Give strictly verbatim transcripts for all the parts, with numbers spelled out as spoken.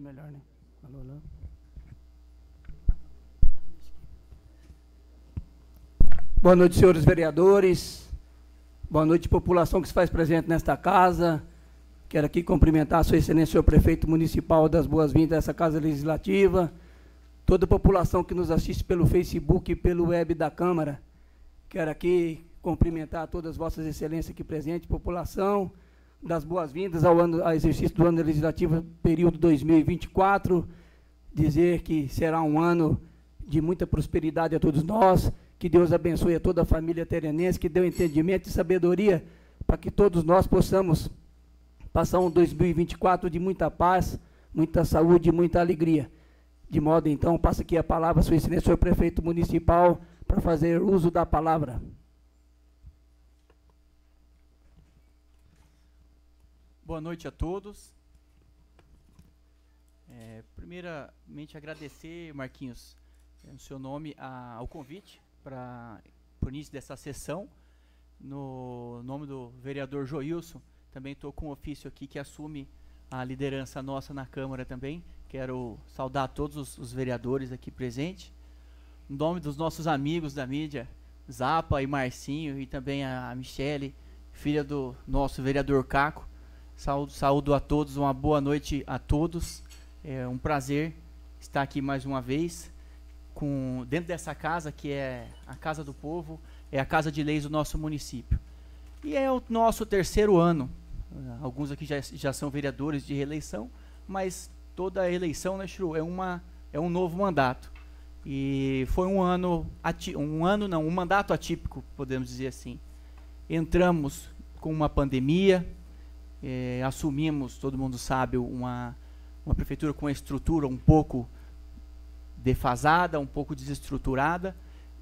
melhor, né? Alô, alô. Boa noite, senhores vereadores. Boa noite, população que se faz presente nesta casa. Quero aqui cumprimentar a sua excelência, senhor prefeito municipal, das boas-vindas a essa casa legislativa. Toda a população que nos assiste pelo Facebook e pelo web da Câmara. Quero aqui cumprimentar todas as vossas excelências aqui presentes, população, das boas-vindas ao, ano, ao exercício do ano legislativo, período dois mil e vinte e quatro. Dizer que será um ano de muita prosperidade a todos nós, que Deus abençoe a toda a família terenense, que dê um entendimento e sabedoria para que todos nós possamos passar um dois mil e vinte e quatro de muita paz, muita saúde e muita alegria. De modo, então, passa aqui a palavra a sua excelência, senhor prefeito municipal, para fazer uso da palavra. Boa noite a todos. É, primeiramente, agradecer, Marquinhos, no seu nome, a, ao convite para o início dessa sessão. No nome do vereador Joilson, também estou com um ofício aqui que assume a liderança nossa na Câmara também. Quero saudar todos os, os vereadores aqui presentes. Em nome dos nossos amigos da mídia, Zapa e Marcinho, e também a, a Michele, filha do nosso vereador Caco. Saúdo, saúdo a todos, uma boa noite a todos. É um prazer estar aqui mais uma vez, com, dentro dessa casa, que é a Casa do Povo, é a Casa de Leis do nosso município. E é o nosso terceiro ano. Alguns aqui já, já são vereadores de reeleição, mas toda eleição, né, Chiru, é, uma, é um novo mandato. E foi um ano, um ano não, um mandato atípico, podemos dizer assim. Entramos com uma pandemia, eh, assumimos, todo mundo sabe, uma, uma prefeitura com uma estrutura um pouco defasada, um pouco desestruturada,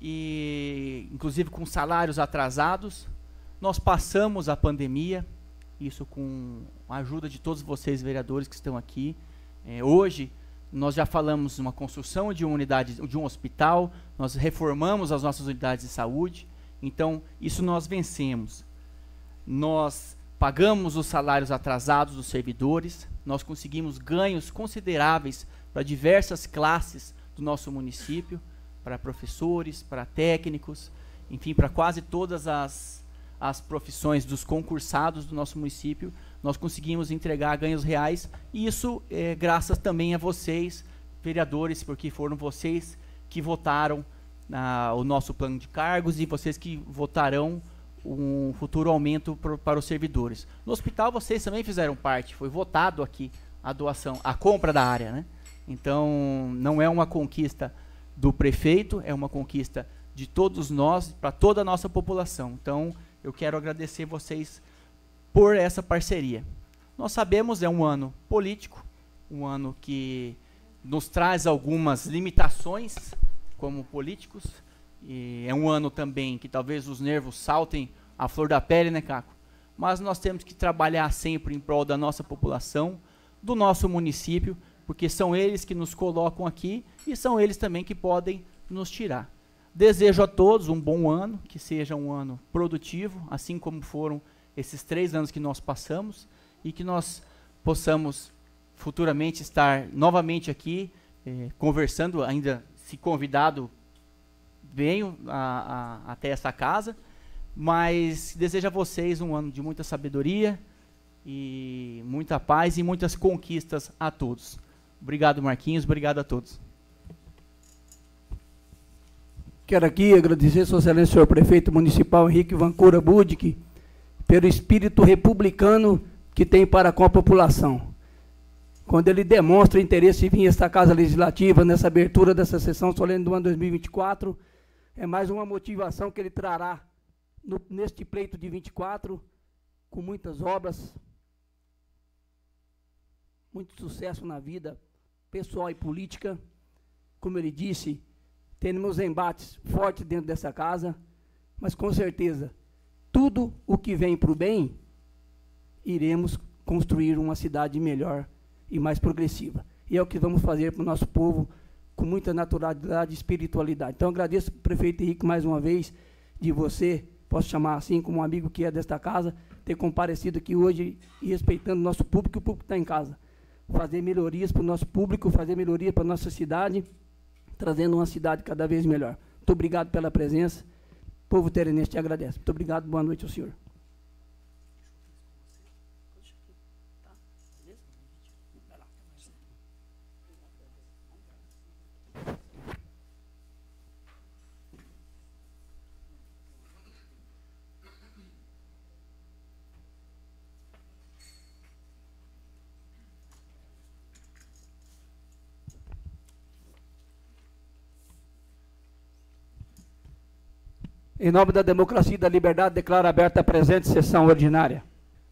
e inclusive com salários atrasados. Nós passamos a pandemia, isso com a ajuda de todos vocês vereadores que estão aqui. É, hoje nós já falamos uma construção de uma unidade, de um hospital, nós reformamos as nossas unidades de saúde, então isso nós vencemos. Nós pagamos os salários atrasados dos servidores, nós conseguimos ganhos consideráveis para diversas classes do nosso município, para professores, para técnicos, enfim, para quase todas as, as profissões dos concursados do nosso município. Nós conseguimos entregar ganhos reais, e isso é graças também a vocês, vereadores, porque foram vocês que votaram ah, o nosso plano de cargos e vocês que votarão um futuro aumento pro, para os servidores. No hospital vocês também fizeram parte, foi votado aqui a doação, a compra da área, né? Então, não é uma conquista do prefeito, é uma conquista de todos nós, para toda a nossa população. Então, eu quero agradecer vocês por essa parceria. Nós sabemos, é um ano político, um ano que nos traz algumas limitações como políticos, e é um ano também que talvez os nervos saltem à flor da pele, né, Caco? Mas nós temos que trabalhar sempre em prol da nossa população, do nosso município, porque são eles que nos colocam aqui e são eles também que podem nos tirar. Desejo a todos um bom ano, que seja um ano produtivo, assim como foram esses três anos que nós passamos, e que nós possamos futuramente estar novamente aqui, eh, conversando, ainda se convidado, venho a, a, até essa casa, mas desejo a vocês um ano de muita sabedoria, e muita paz e muitas conquistas a todos. Obrigado, Marquinhos, obrigado a todos. Quero aqui agradecer, sua excelência, senhor prefeito municipal Henrique Vancouver Budic, pelo espírito republicano que tem para com a população. Quando ele demonstra interesse em vir a esta casa legislativa, nessa abertura dessa sessão solene do ano dois mil e vinte e quatro, é mais uma motivação que ele trará no, neste pleito de vinte e quatro, com muitas obras, muito sucesso na vida pessoal e política. Como ele disse, temos embates fortes dentro dessa casa, mas com certeza, tudo o que vem para o bem, iremos construir uma cidade melhor e mais progressiva. E é o que vamos fazer para o nosso povo, com muita naturalidade e espiritualidade. Então, agradeço ao prefeito Henrique mais uma vez, de você, posso chamar assim, como um amigo que é desta casa, ter comparecido aqui hoje e respeitando o nosso público, e o público está em casa. fazer melhorias para o nosso público, fazer melhorias para a nossa cidade, trazendo uma cidade cada vez melhor. Muito obrigado pela presença. O povo terenense te agradece. Muito obrigado, boa noite ao senhor. Em nome da democracia e da liberdade, declaro aberta a presente sessão ordinária.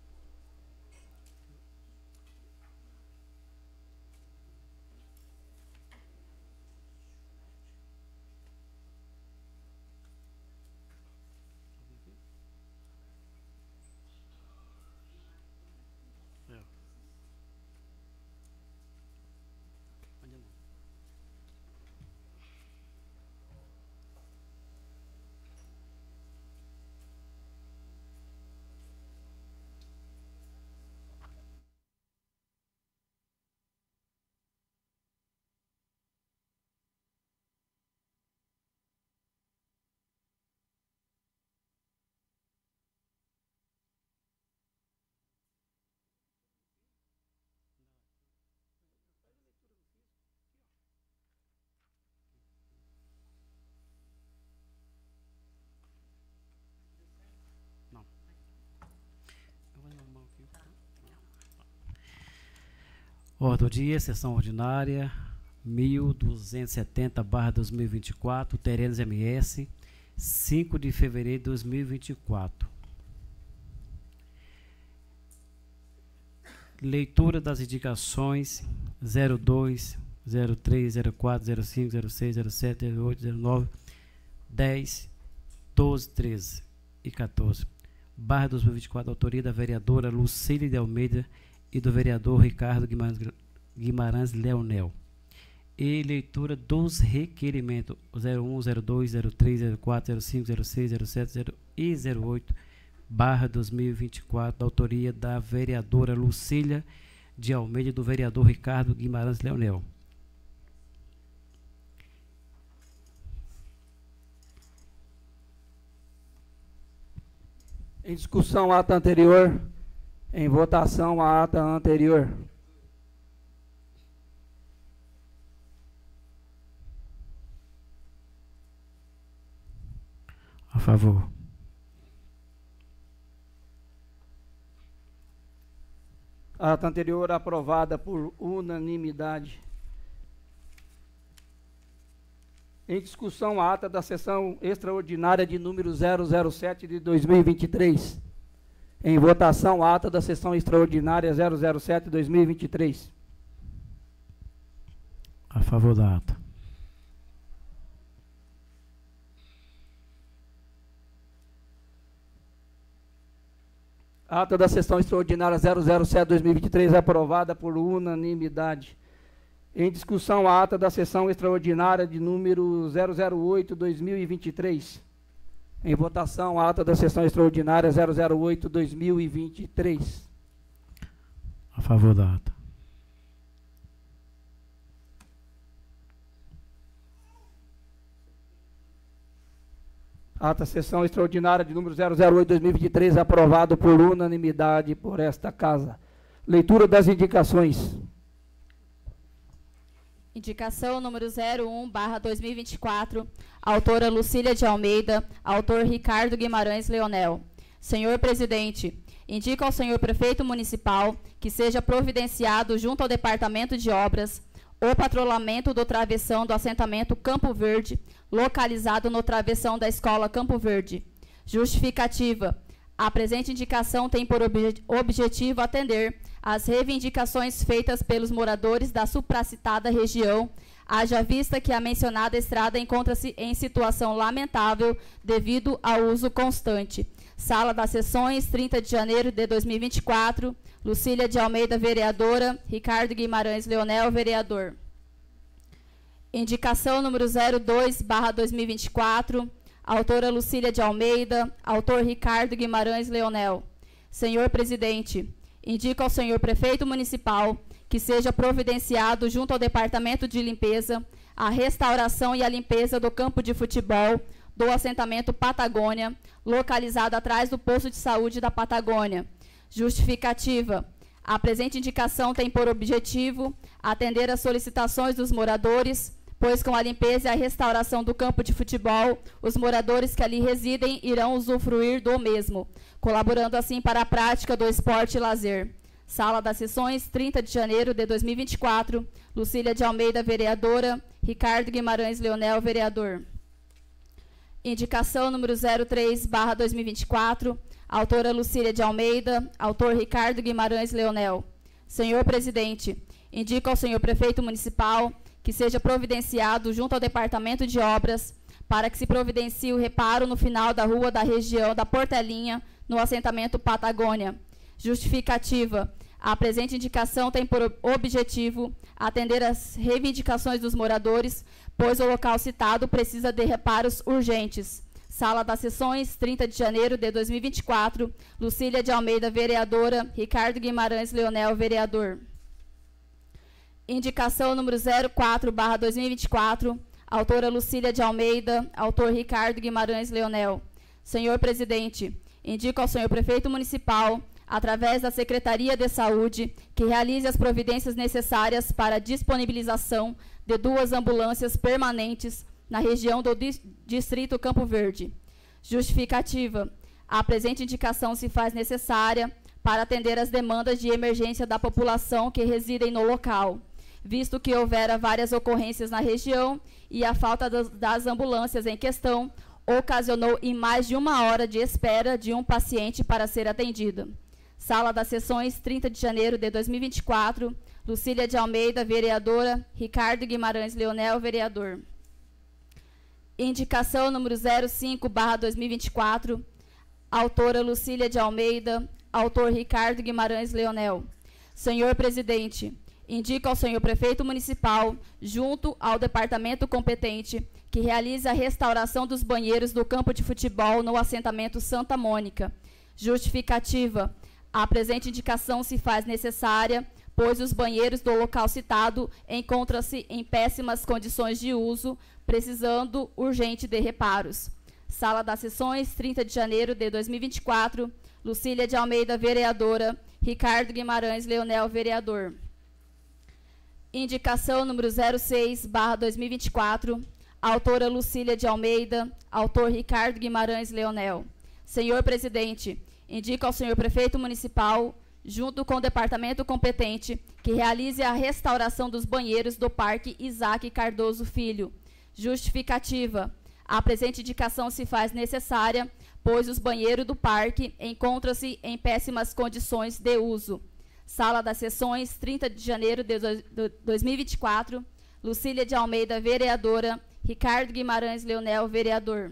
Ordem do dia, sessão ordinária, mil duzentos e setenta barra dois mil e vinte e quatro, Terenos M S, cinco de fevereiro de dois mil e vinte e quatro. Leitura das indicações zero dois, zero três, zero quatro, zero cinco, zero seis, zero sete, zero oito, zero nove, dez, doze, treze e quatorze. Barra dois mil e vinte e quatro, autoria da vereadora Lucília de Almeida e do vereador Ricardo Guimarães, Guimarães Leonel. E leitura dos requerimentos zero um, zero dois, zero três, zero quatro, zero cinco, zero seis, zero sete, zero e zero oito, barra dois mil e vinte e quatro, da autoria da vereadora Lucília de Almeida e do vereador Ricardo Guimarães Leonel. Em discussão, a ata anterior. Em votação, a ata anterior. A favor. A ata anterior aprovada por unanimidade. Em discussão, a ata da sessão extraordinária de número zero zero sete de dois mil e vinte e três. Em votação, a ata da sessão extraordinária zero zero sete de dois mil e vinte e três. A favor da ata. A ata da sessão extraordinária zero zero sete de dois mil e vinte e três aprovada por unanimidade. Em discussão, a ata da sessão extraordinária de número zero zero oito de dois mil e vinte e três. Em votação, a ata da sessão extraordinária zero zero oito de dois mil e vinte e três. A favor da ata. Ata sessão extraordinária de número zero zero oito de dois mil e vinte e três aprovado por unanimidade por esta casa. Leitura das indicações. Indicação número zero um barra dois mil e vinte e quatro, autora Lucília de Almeida, autor Ricardo Guimarães Leonel. Senhor Presidente, indica ao senhor Prefeito Municipal que seja providenciado junto ao Departamento de Obras o patrulhamento do travessão do assentamento Campo Verde, localizado no travessão da Escola Campo Verde. Justificativa. A presente indicação tem por obje- objetivo atender às reivindicações feitas pelos moradores da supracitada região, haja vista que a mencionada estrada encontra-se em situação lamentável devido ao uso constante. Sala das Sessões, trinta de janeiro de dois mil e vinte e quatro, Lucília de Almeida, vereadora, Ricardo Guimarães Leonel, vereador. Indicação número zero dois barra dois mil e vinte e quatro, autora Lucília de Almeida, autor Ricardo Guimarães Leonel. Senhor Presidente, indica ao senhor Prefeito Municipal que seja providenciado junto ao Departamento de Limpeza a restauração e a limpeza do campo de futebol do assentamento Patagônia, localizado atrás do posto de saúde da Patagônia. Justificativa. A presente indicação tem por objetivo atender às solicitações dos moradores, pois com a limpeza e a restauração do campo de futebol, os moradores que ali residem irão usufruir do mesmo, colaborando assim para a prática do esporte e lazer. Sala das Sessões, trinta de janeiro de dois mil e vinte e quatro, Lucília de Almeida, vereadora, Ricardo Guimarães Leonel, vereador. Indicação número zero três barra dois mil e vinte e quatro, autora Lucília de Almeida, autor Ricardo Guimarães Leonel. Senhor Presidente, indico ao senhor Prefeito Municipal que seja providenciado junto ao Departamento de Obras para que se providencie o reparo no final da rua da região da Portelinha, no assentamento Patagônia. Justificativa. A presente indicação tem por objetivo atender às reivindicações dos moradores, pois o local citado precisa de reparos urgentes. Sala das Sessões, trinta de janeiro de dois mil e vinte e quatro, Lucília de Almeida, vereadora, Ricardo Guimarães Leonel, vereador. Indicação número zero quatro barra dois mil e vinte e quatro, autora Lucília de Almeida, autor Ricardo Guimarães Leonel. Senhor Presidente, indico ao senhor Prefeito Municipal, através da Secretaria de Saúde, que realize as providências necessárias para a disponibilização de duas ambulâncias permanentes na região do dis Distrito Campo Verde. Justificativa. A presente indicação se faz necessária para atender às demandas de emergência da população que residem no local, visto que houvera várias ocorrências na região e a falta das, das ambulâncias em questão ocasionou em mais de uma hora de espera de um paciente para ser atendido. Sala das Sessões, trinta de janeiro de dois mil e vinte e quatro, Lucília de Almeida, vereadora, Ricardo Guimarães Leonel, vereador. Indicação número zero cinco barra dois mil e vinte e quatro, autora Lucília de Almeida, autor Ricardo Guimarães Leonel. Senhor Presidente, indico ao senhor Prefeito Municipal, junto ao departamento competente, que realize a restauração dos banheiros do campo de futebol no assentamento Santa Mônica. Justificativa. A presente indicação se faz necessária, pois os banheiros do local citado encontram-se em péssimas condições de uso, precisando urgente de reparos. Sala das Sessões, trinta de janeiro de dois mil e vinte e quatro, Lucília de Almeida, vereadora, Ricardo Guimarães Leonel, vereador. Indicação número zero seis barra dois mil e vinte e quatro, autora Lucília de Almeida, autor Ricardo Guimarães Leonel. Senhor Presidente, indico ao senhor Prefeito Municipal, junto com o departamento competente, que realize a restauração dos banheiros do Parque Isaac Cardoso Filho. Justificativa. A presente indicação se faz necessária, pois os banheiros do parque encontram-se em péssimas condições de uso. Sala das Sessões, trinta de janeiro de dois mil e vinte e quatro, Lucília de Almeida, vereadora, Ricardo Guimarães Leonel, vereador.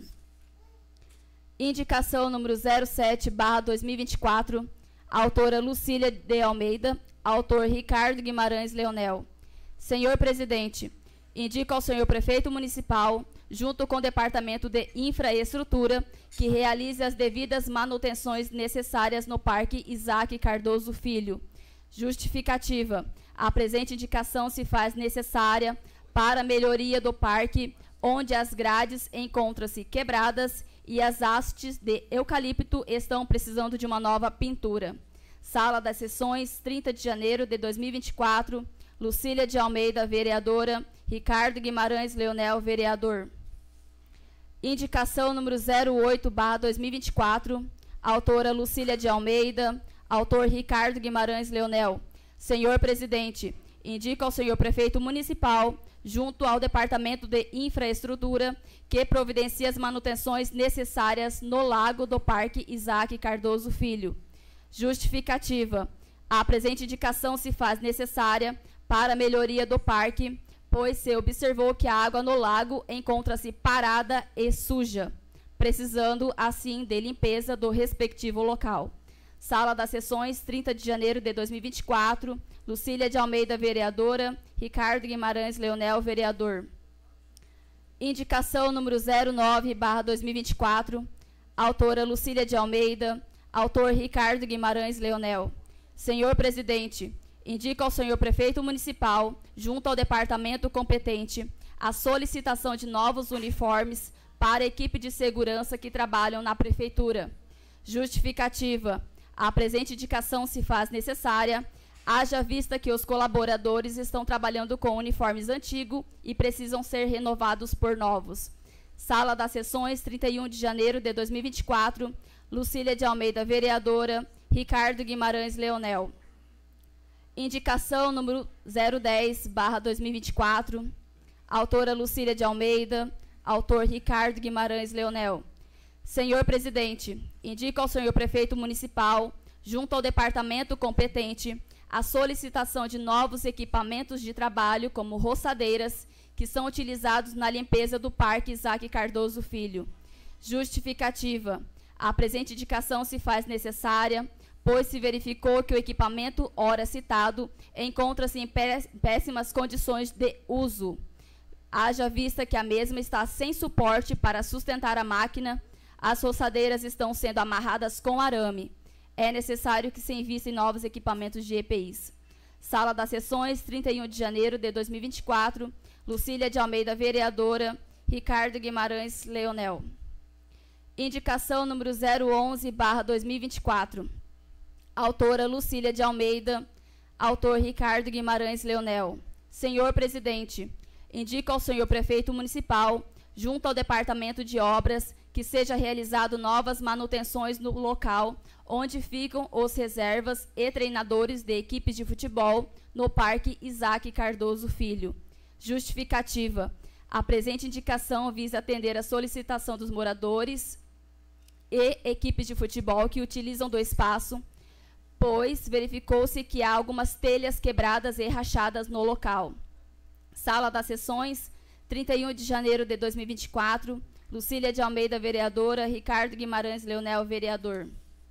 Indicação número zero sete barra dois mil e vinte e quatro, autora Lucília de Almeida, autor Ricardo Guimarães Leonel. Senhor Presidente, indico ao senhor Prefeito Municipal, junto com o Departamento de Infraestrutura, que realize as devidas manutenções necessárias no Parque Isaac Cardoso Filho. Justificativa. A presente indicação se faz necessária para a melhoria do parque, onde as grades encontram-se quebradas e as hastes de eucalipto estão precisando de uma nova pintura. Sala das Sessões, trinta de janeiro de dois mil e vinte e quatro, Lucília de Almeida, vereadora, Ricardo Guimarães Leonel, vereador. Indicação número zero oito barra dois mil e vinte e quatro, autora Lucília de Almeida, autor Ricardo Guimarães Leonel. Senhor Presidente, indico ao senhor Prefeito Municipal, junto ao Departamento de Infraestrutura, que providencie as manutenções necessárias no lago do Parque Isaac Cardoso Filho. Justificativa. A presente indicação se faz necessária para a melhoria do parque, pois se observou que a água no lago encontra-se parada e suja, precisando, assim, de limpeza do respectivo local. Sala das Sessões, trinta de janeiro de dois mil e vinte e quatro, Lucília de Almeida, vereadora, Ricardo Guimarães Leonel, vereador. Indicação número zero nove barra dois mil e vinte e quatro, autora Lucília de Almeida, autor Ricardo Guimarães Leonel. Senhor Presidente, indica ao senhor prefeito municipal, junto ao departamento competente, a solicitação de novos uniformes para a equipe de segurança que trabalham na prefeitura. Justificativa. A presente indicação se faz necessária, haja vista que os colaboradores estão trabalhando com uniformes antigos e precisam ser renovados por novos. Sala das Sessões, trinta e um de janeiro de dois mil e vinte e quatro, Lucília de Almeida, vereadora, Ricardo Guimarães Leonel. Indicação número zero dez barra dois mil e vinte e quatro, autora Lucília de Almeida, autor Ricardo Guimarães Leonel. Senhor presidente, indica ao senhor prefeito municipal, junto ao departamento competente, a solicitação de novos equipamentos de trabalho, como roçadeiras, que são utilizados na limpeza do Parque Isaac Cardoso Filho. Justificativa. A presente indicação se faz necessária, pois se verificou que o equipamento ora citado encontra-se em péssimas condições de uso. Haja vista que a mesma está sem suporte para sustentar a máquina, as roçadeiras estão sendo amarradas com arame. É necessário que se investam em novos equipamentos de E P Is. Sala das Sessões, trinta e um de janeiro de dois mil e vinte e quatro, Lucília de Almeida, vereadora, Ricardo Guimarães Leonel. Indicação número zero onze barra dois mil e vinte e quatro, autora Lucília de Almeida, autor Ricardo Guimarães Leonel. Senhor presidente, indica ao senhor prefeito municipal, junto ao departamento de obras, que seja realizado novas manutenções no local onde ficam os reservas e treinadores de equipes de futebol no Parque Isaac Cardoso Filho. Justificativa. A presente indicação visa atender a solicitação dos moradores e equipes de futebol que utilizam do espaço, pois verificou-se que há algumas telhas quebradas e rachadas no local. Sala das Sessões, trinta e um de janeiro de dois mil e vinte e quatro, Lucília de Almeida, vereadora, Ricardo Guimarães Leonel, vereador.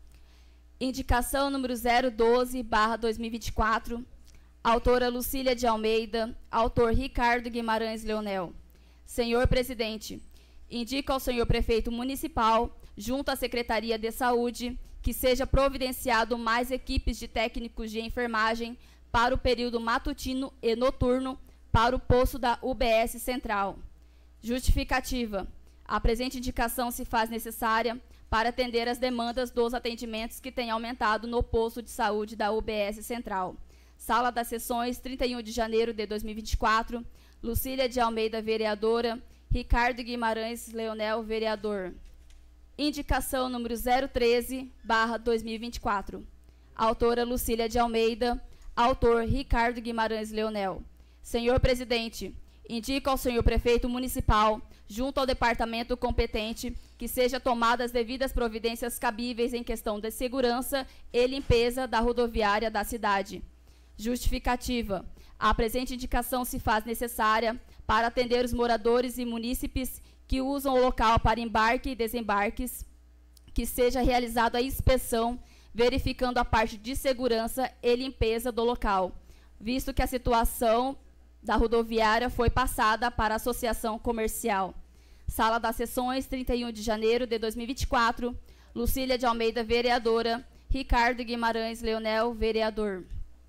Indicação número zero doze barra dois mil e vinte e quatro, autora Lucília de Almeida, autor Ricardo Guimarães Leonel. Senhor presidente, indica ao senhor prefeito municipal, junto à Secretaria de Saúde, que seja providenciado mais equipes de técnicos de enfermagem para o período matutino e noturno para o posto da U B S Central. Justificativa. A presente indicação se faz necessária para atender às demandas dos atendimentos que têm aumentado no posto de saúde da U B S Central. Sala das Sessões, trinta e um de janeiro de dois mil e vinte e quatro, Lucília de Almeida, vereadora, Ricardo Guimarães Leonel, vereador. Indicação número zero treze barra dois mil e vinte e quatro, autora Lucília de Almeida, autor Ricardo Guimarães Leonel. Senhor presidente, indica ao senhor prefeito municipal, junto ao departamento competente, que seja tomadas as devidas providências cabíveis em questão de segurança e limpeza da rodoviária da cidade. Justificativa. A presente indicação se faz necessária para atender os moradores e munícipes que usam o local para embarque e desembarques, que seja realizada a inspeção, verificando a parte de segurança e limpeza do local, visto que a situação da rodoviária foi passada para a Associação Comercial. Sala das Sessões, trinta e um de janeiro de dois mil e vinte e quatro, Lucília de Almeida, vereadora, Ricardo Guimarães Leonel, vereador.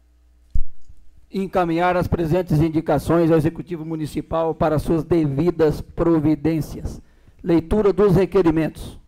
Encaminhar as presentes indicações ao Executivo Municipal para suas devidas providências. Leitura dos requerimentos.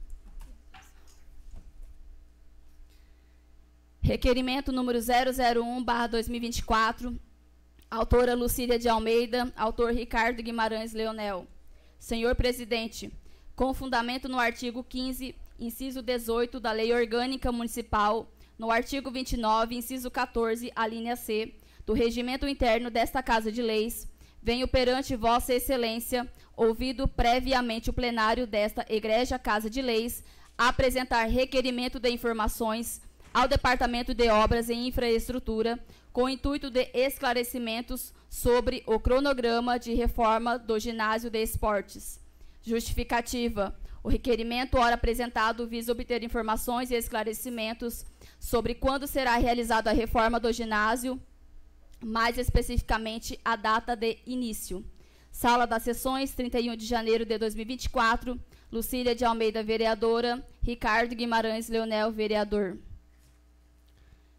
Requerimento número zero zero um barra dois mil e vinte e quatro, autora Lucília de Almeida, autor Ricardo Guimarães Leonel. Senhor presidente, com fundamento no artigo quinze, inciso dezoito da Lei Orgânica Municipal, no artigo vinte e nove, inciso quatorze, a linha C, do regimento interno desta Casa de Leis, venho perante Vossa Excelência, ouvido previamente o plenário desta Egrégia Casa de Leis, apresentar requerimento de informações ao Departamento de Obras e Infraestrutura, com o intuito de esclarecimentos sobre o cronograma de reforma do ginásio de esportes. Justificativa. O requerimento, ora apresentado, visa obter informações e esclarecimentos sobre quando será realizada a reforma do ginásio, mais especificamente a data de início. Sala das Sessões, trinta e um de janeiro de dois mil e vinte e quatro, Lucília de Almeida, vereadora, Ricardo Guimarães Leonel, vereador.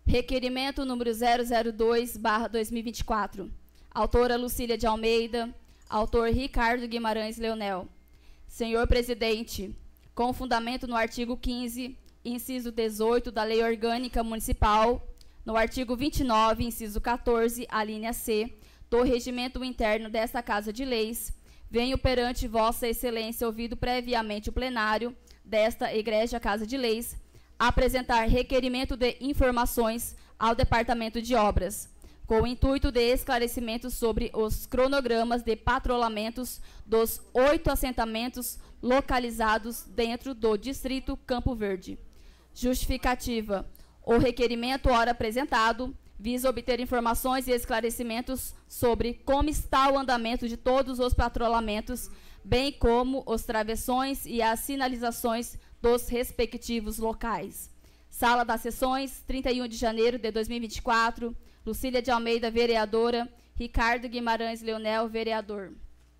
Requerimento número zero zero dois barra dois mil e vinte e quatro. Autora Lucília de Almeida. Autor Ricardo Guimarães Leonel. Senhor Presidente, com fundamento no artigo quinze, inciso dezoito da Lei Orgânica Municipal, no artigo vinte e nove, inciso quatorze, a linha C, do regimento interno desta Casa de Leis, venho perante Vossa Excelência, ouvido previamente o plenário desta Egrégia Casa de Leis, apresentar requerimento de informações ao Departamento de Obras, com o intuito de esclarecimento sobre os cronogramas de patrulhamentos dos oito assentamentos localizados dentro do Distrito Campo Verde. Justificativa. O requerimento ora apresentado visa obter informações e esclarecimentos sobre como está o andamento de todos os patrulhamentos, bem como os travessões e as sinalizações dos respectivos locais. Sala das Sessões, trinta e um de janeiro de dois mil e vinte e quatro, Lucília de Almeida, vereadora, Ricardo Guimarães Leonel, vereador.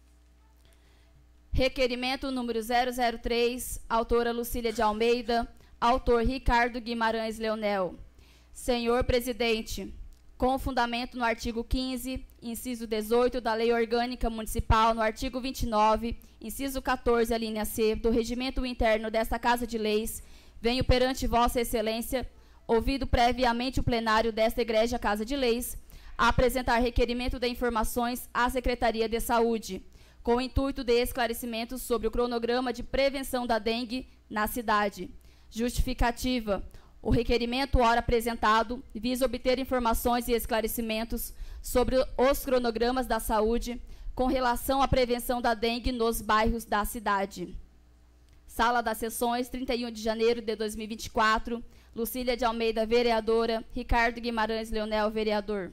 Requerimento número zero zero três, autora Lucília de Almeida, autor Ricardo Guimarães Leonel. Senhor Presidente, com fundamento no artigo quinze, inciso dezoito da Lei Orgânica Municipal, no artigo vinte e nove, inciso quatorze, a linha C, do regimento interno desta Casa de Leis, venho perante Vossa Excelência, ouvido previamente o plenário desta Egrégia Casa de Leis, a apresentar requerimento de informações à Secretaria de Saúde, com o intuito de esclarecimentos sobre o cronograma de prevenção da dengue na cidade. Justificativa. O requerimento ora apresentado visa obter informações e esclarecimentos sobre os cronogramas da saúde com relação à prevenção da dengue nos bairros da cidade. Sala das Sessões, trinta e um de janeiro de dois mil e vinte e quatro, Lucília de Almeida, vereadora, Ricardo Guimarães Leonel, vereador.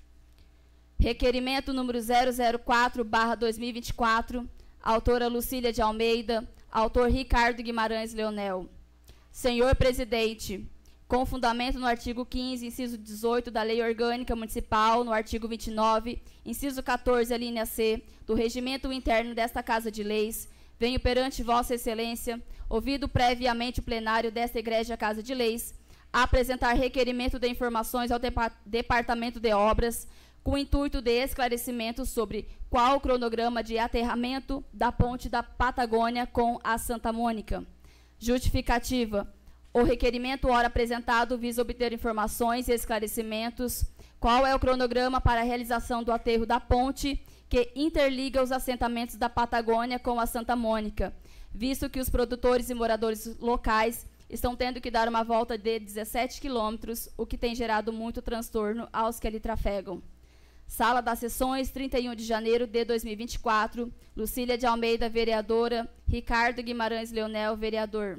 Requerimento número zero zero quatro barra dois mil e vinte e quatro, autora Lucília de Almeida, autor Ricardo Guimarães Leonel. Senhor Presidente, com fundamento no artigo quinze, inciso dezoito da Lei Orgânica Municipal, no artigo vinte e nove, inciso quatorze, a linha C, do regimento interno desta Casa de Leis, venho perante Vossa Excelência, ouvido previamente o plenário desta Egrégia Casa de Leis, a apresentar requerimento de informações ao Depa- Departamento de Obras, com o intuito de esclarecimento sobre qual o cronograma de aterramento da ponte da Patagônia com a Santa Mônica. Justificativa. O requerimento ora apresentado visa obter informações e esclarecimentos qual é o cronograma para a realização do aterro da ponte que interliga os assentamentos da Patagônia com a Santa Mônica, visto que os produtores e moradores locais estão tendo que dar uma volta de dezessete quilômetros, o que tem gerado muito transtorno aos que ali trafegam. Sala das Sessões, trinta e um de janeiro de dois mil e vinte e quatro, Lucília de Almeida, vereadora, Ricardo Guimarães Leonel, vereador.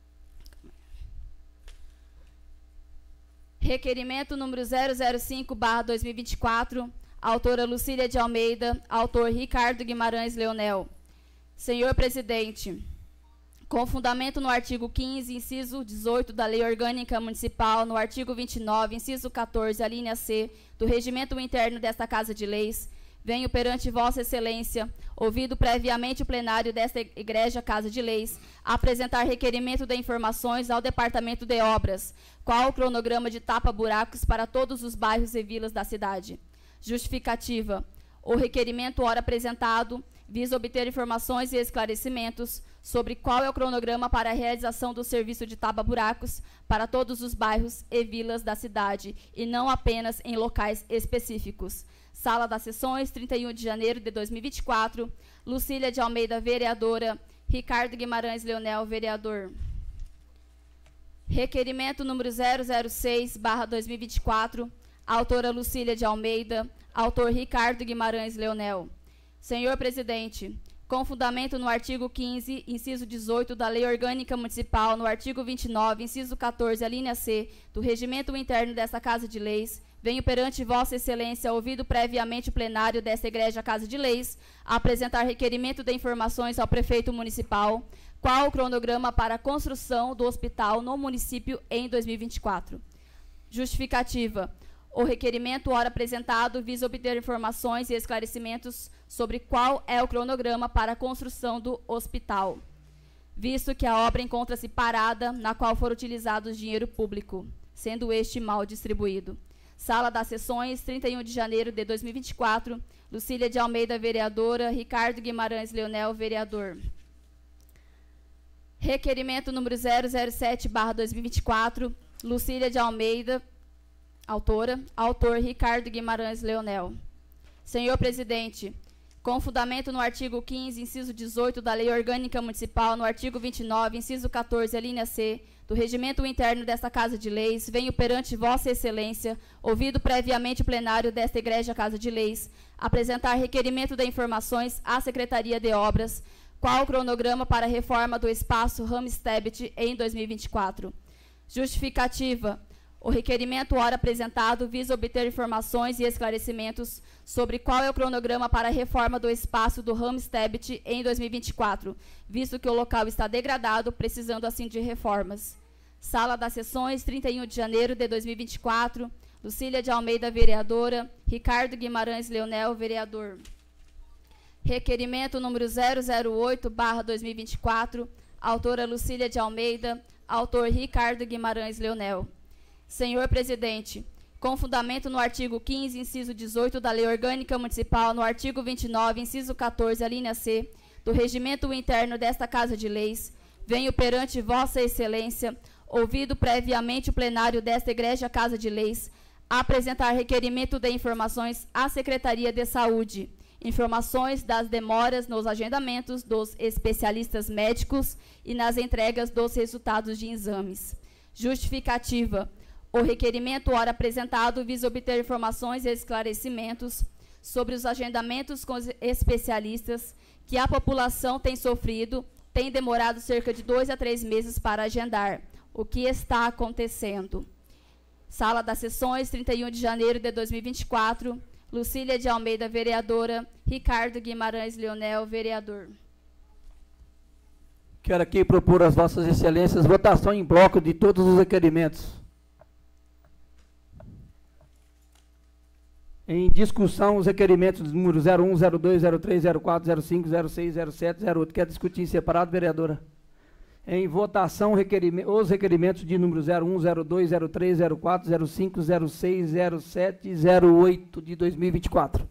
Requerimento número zero zero cinco barra dois mil e vinte e quatro, autora Lucília de Almeida, autor Ricardo Guimarães Leonel. Senhor Presidente, com fundamento no artigo quinze, inciso dezoito da Lei Orgânica Municipal, no artigo vinte e nove, inciso quatorze, a linha C, do regimento interno desta Casa de Leis, venho perante Vossa Excelência, ouvido previamente o plenário desta Egrégia Casa de Leis, a apresentar requerimento de informações ao Departamento de Obras, qual o cronograma de tapa-buracos para todos os bairros e vilas da cidade. Justificativa. O requerimento ora apresentado visa obter informações e esclarecimentos sobre qual é o cronograma para a realização do serviço de tapa-buracos para todos os bairros e vilas da cidade, e não apenas em locais específicos. Sala das Sessões, trinta e um de janeiro de dois mil e vinte e quatro, Lucília de Almeida, vereadora, Ricardo Guimarães Leonel, vereador. Requerimento número zero zero seis barra dois mil e vinte e quatro, autora Lucília de Almeida, autor Ricardo Guimarães Leonel. Senhor Presidente, com fundamento no artigo quinze, inciso dezoito da Lei Orgânica Municipal, no artigo vinte e nove, inciso quatorze, a linha C, do regimento interno desta Casa de Leis, venho perante Vossa Excelência, ouvido previamente o plenário desta Egrégia Casa de Leis, a apresentar requerimento de informações ao prefeito municipal, qual o cronograma para a construção do hospital no município em dois mil e vinte e quatro. Justificativa. O requerimento ora apresentado visa obter informações e esclarecimentos sobre qual é o cronograma para a construção do hospital, visto que a obra encontra-se parada, na qual for utilizado dinheiro público. sendo este mal distribuído. Sala das Sessões, trinta e um de janeiro de dois mil e vinte e quatro, Lucília de Almeida, vereadora, Ricardo Guimarães Leonel, vereador. Requerimento número zero zero sete barra dois mil e vinte e quatro, Lucília de Almeida, autora, autor Ricardo Guimarães Leonel. Senhor presidente, com fundamento no artigo quinze, inciso dezoito da Lei Orgânica Municipal, no artigo vinte e nove, inciso quatorze, a linha C, do regimento interno desta Casa de Leis, venho perante Vossa Excelência, ouvido previamente o plenário desta Igreja Casa de Leis, apresentar requerimento de informações à Secretaria de Obras, qual o cronograma para a reforma do espaço Ramstebet em dois mil e vinte e quatro. Justificativa. O requerimento ora apresentado visa obter informações e esclarecimentos sobre qual é o cronograma para a reforma do espaço do Ramstebet em dois mil e vinte e quatro, visto que o local está degradado, precisando assim de reformas. Sala das Sessões, trinta e um de janeiro de dois mil e vinte e quatro, Lucília de Almeida, vereadora, Ricardo Guimarães Leonel, vereador. Requerimento número zero zero oito barra dois mil e vinte e quatro, autora Lucília de Almeida, autor Ricardo Guimarães Leonel. Senhor presidente, com fundamento no artigo quinze, inciso dezoito da Lei Orgânica Municipal, no artigo vinte e nove, inciso quatorze, a linha C, do regimento interno desta Casa de Leis, venho perante Vossa Excelência, ouvido previamente o plenário desta Igreja Casa de Leis, apresentar requerimento de informações à Secretaria de Saúde, informações das demoras nos agendamentos dos especialistas médicos e nas entregas dos resultados de exames. Justificativa. O requerimento ora apresentado visa obter informações e esclarecimentos sobre os agendamentos com os especialistas que a população tem sofrido, tem demorado cerca de dois a três meses para agendar, o que está acontecendo. Sala das Sessões, trinta e um de janeiro de dois mil e vinte e quatro, Lucília de Almeida, vereadora, Ricardo Guimarães Leonel, vereador. Quero aqui propor às Vossas Excelências votação em bloco de todos os requerimentos. Em discussão, os requerimentos número zero um, zero dois, zero três, zero quatro, zero cinco, zero seis, zero sete, zero oito. Quer discutir em separado, vereadora? Em votação, requerimento, os requerimentos de número zero um, zero dois, zero três, zero quatro, zero cinco, zero seis, zero sete e zero oito de dois mil e vinte e quatro.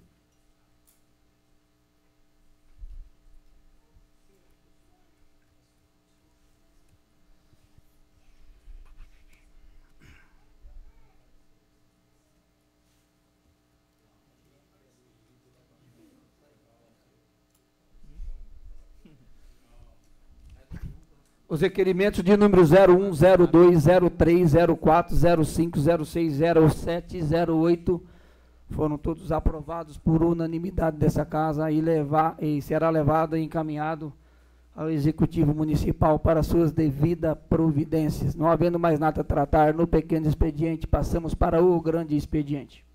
Os requerimentos de número zero um, zero dois, zero três, zero quatro, zero cinco, zero seis, zero sete e zero oito foram todos aprovados por unanimidade dessa casa e, levar, e será levado e encaminhado ao Executivo Municipal para suas devidas providências. Não havendo mais nada a tratar no pequeno expediente, passamos para o grande expediente.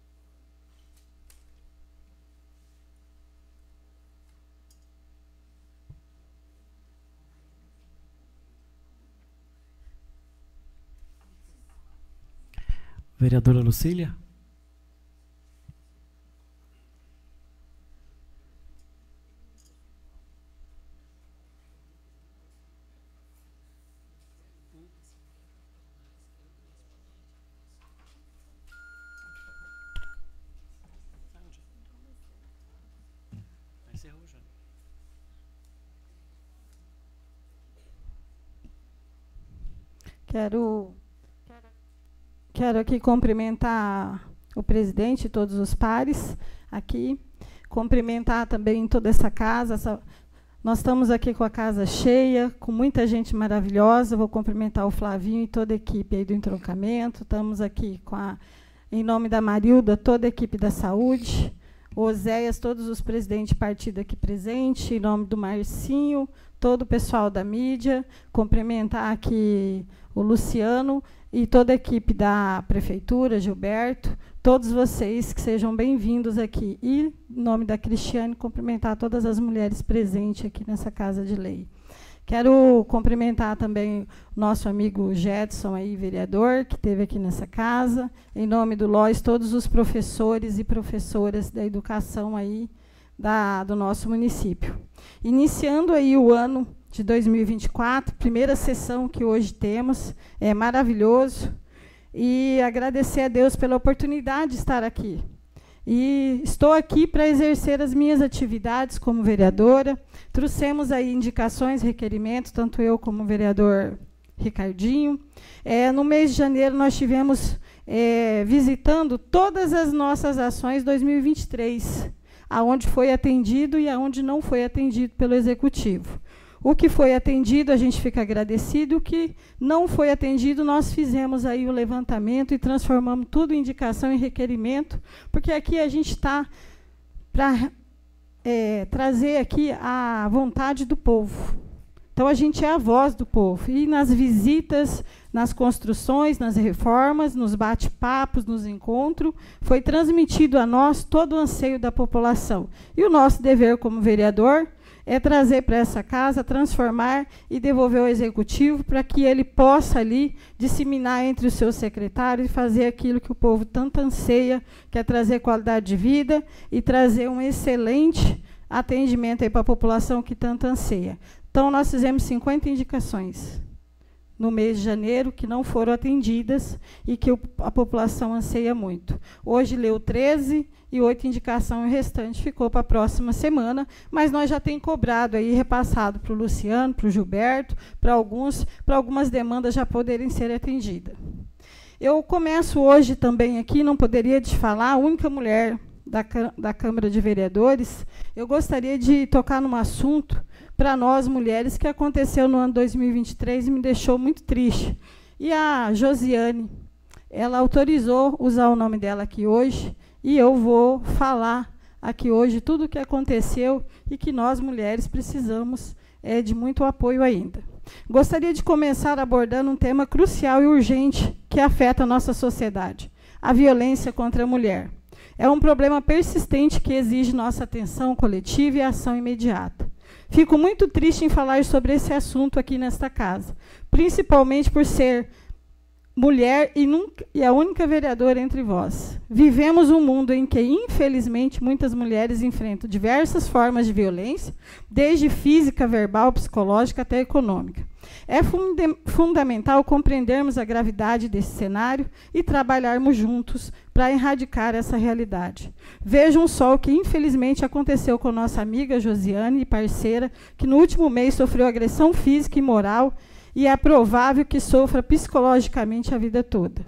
Vereadora Lucília. Quero Quero aqui cumprimentar o presidente e todos os pares aqui, cumprimentar também toda essa casa. Essa, nós estamos aqui com a casa cheia, com muita gente maravilhosa. Vou cumprimentar o Flavinho e toda a equipe aí do entroncamento. Estamos aqui com a, em nome da Marilda, toda a equipe da saúde, o Oséias, todos os presidentes de partido aqui presentes, em nome do Marcinho, todo o pessoal da mídia, cumprimentar aqui o Luciano e toda a equipe da Prefeitura, Gilberto, todos vocês que sejam bem-vindos aqui. E, em nome da Cristiane, cumprimentar todas as mulheres presentes aqui nessa Casa de Lei. Quero cumprimentar também o nosso amigo Jetson, aí, vereador, que esteve aqui nessa casa. Em nome do Lois, todos os professores e professoras da educação aí da, do nosso município. Iniciando aí o ano de dois mil e vinte e quatro, primeira sessão que hoje temos, é maravilhoso. e agradecer a Deus pela oportunidade de estar aqui. E estou aqui para exercer as minhas atividades como vereadora. Trouxemos aí indicações, requerimentos, tanto eu como o vereador Ricardinho. É, no mês de janeiro, nós tivemos é, visitando todas as nossas ações dois mil e vinte e três, aonde foi atendido e aonde não foi atendido pelo Executivo. O que foi atendido, a gente fica agradecido. O que não foi atendido, nós fizemos aí o levantamento e transformamos tudo em indicação e requerimento, porque aqui a gente está para é, trazer aqui a vontade do povo. Então, a gente é a voz do povo. E nas visitas, nas construções, nas reformas, nos bate-papos, nos encontros, foi transmitido a nós todo o anseio da população. E o nosso dever como vereador é trazer para essa casa, transformar e devolver ao Executivo para que ele possa ali disseminar entre os seus secretários e fazer aquilo que o povo tanto anseia, que é trazer qualidade de vida e trazer um excelente atendimento aí para a população que tanto anseia. Então, nós fizemos cinquenta indicações no mês de janeiro que não foram atendidas e que o, a população anseia muito. Hoje leu treze e oito indicações, o restante ficou para a próxima semana, mas nós já temos cobrado aí, repassado para o Luciano, para o Gilberto, para alguns, para algumas demandas já poderem ser atendidas. Eu começo hoje também aqui, não poderia te falar, a única mulher da, da Câmara de Vereadores, eu gostaria de tocar num assunto para nós, mulheres, que aconteceu no ano dois mil e vinte e três e me deixou muito triste. E a Josiane, ela autorizou usar o nome dela aqui hoje, e eu vou falar aqui hoje tudo o que aconteceu e que nós, mulheres, precisamos é, de muito apoio ainda. Gostaria de começar abordando um tema crucial e urgente que afeta a nossa sociedade: a violência contra a mulher. É um problema persistente que exige nossa atenção coletiva e ação imediata. Fico muito triste em falar sobre esse assunto aqui nesta casa, principalmente por ser mulher e, nunca, e a única vereadora entre vós. Vivemos um mundo em que, infelizmente, muitas mulheres enfrentam diversas formas de violência, desde física, verbal, psicológica até econômica. É funda fundamental compreendermos a gravidade desse cenário e trabalharmos juntos para erradicar essa realidade. Vejam só o que, infelizmente, aconteceu com nossa amiga Josiane, parceira, que no último mês sofreu agressão física e moral, e é provável que sofra psicologicamente a vida toda.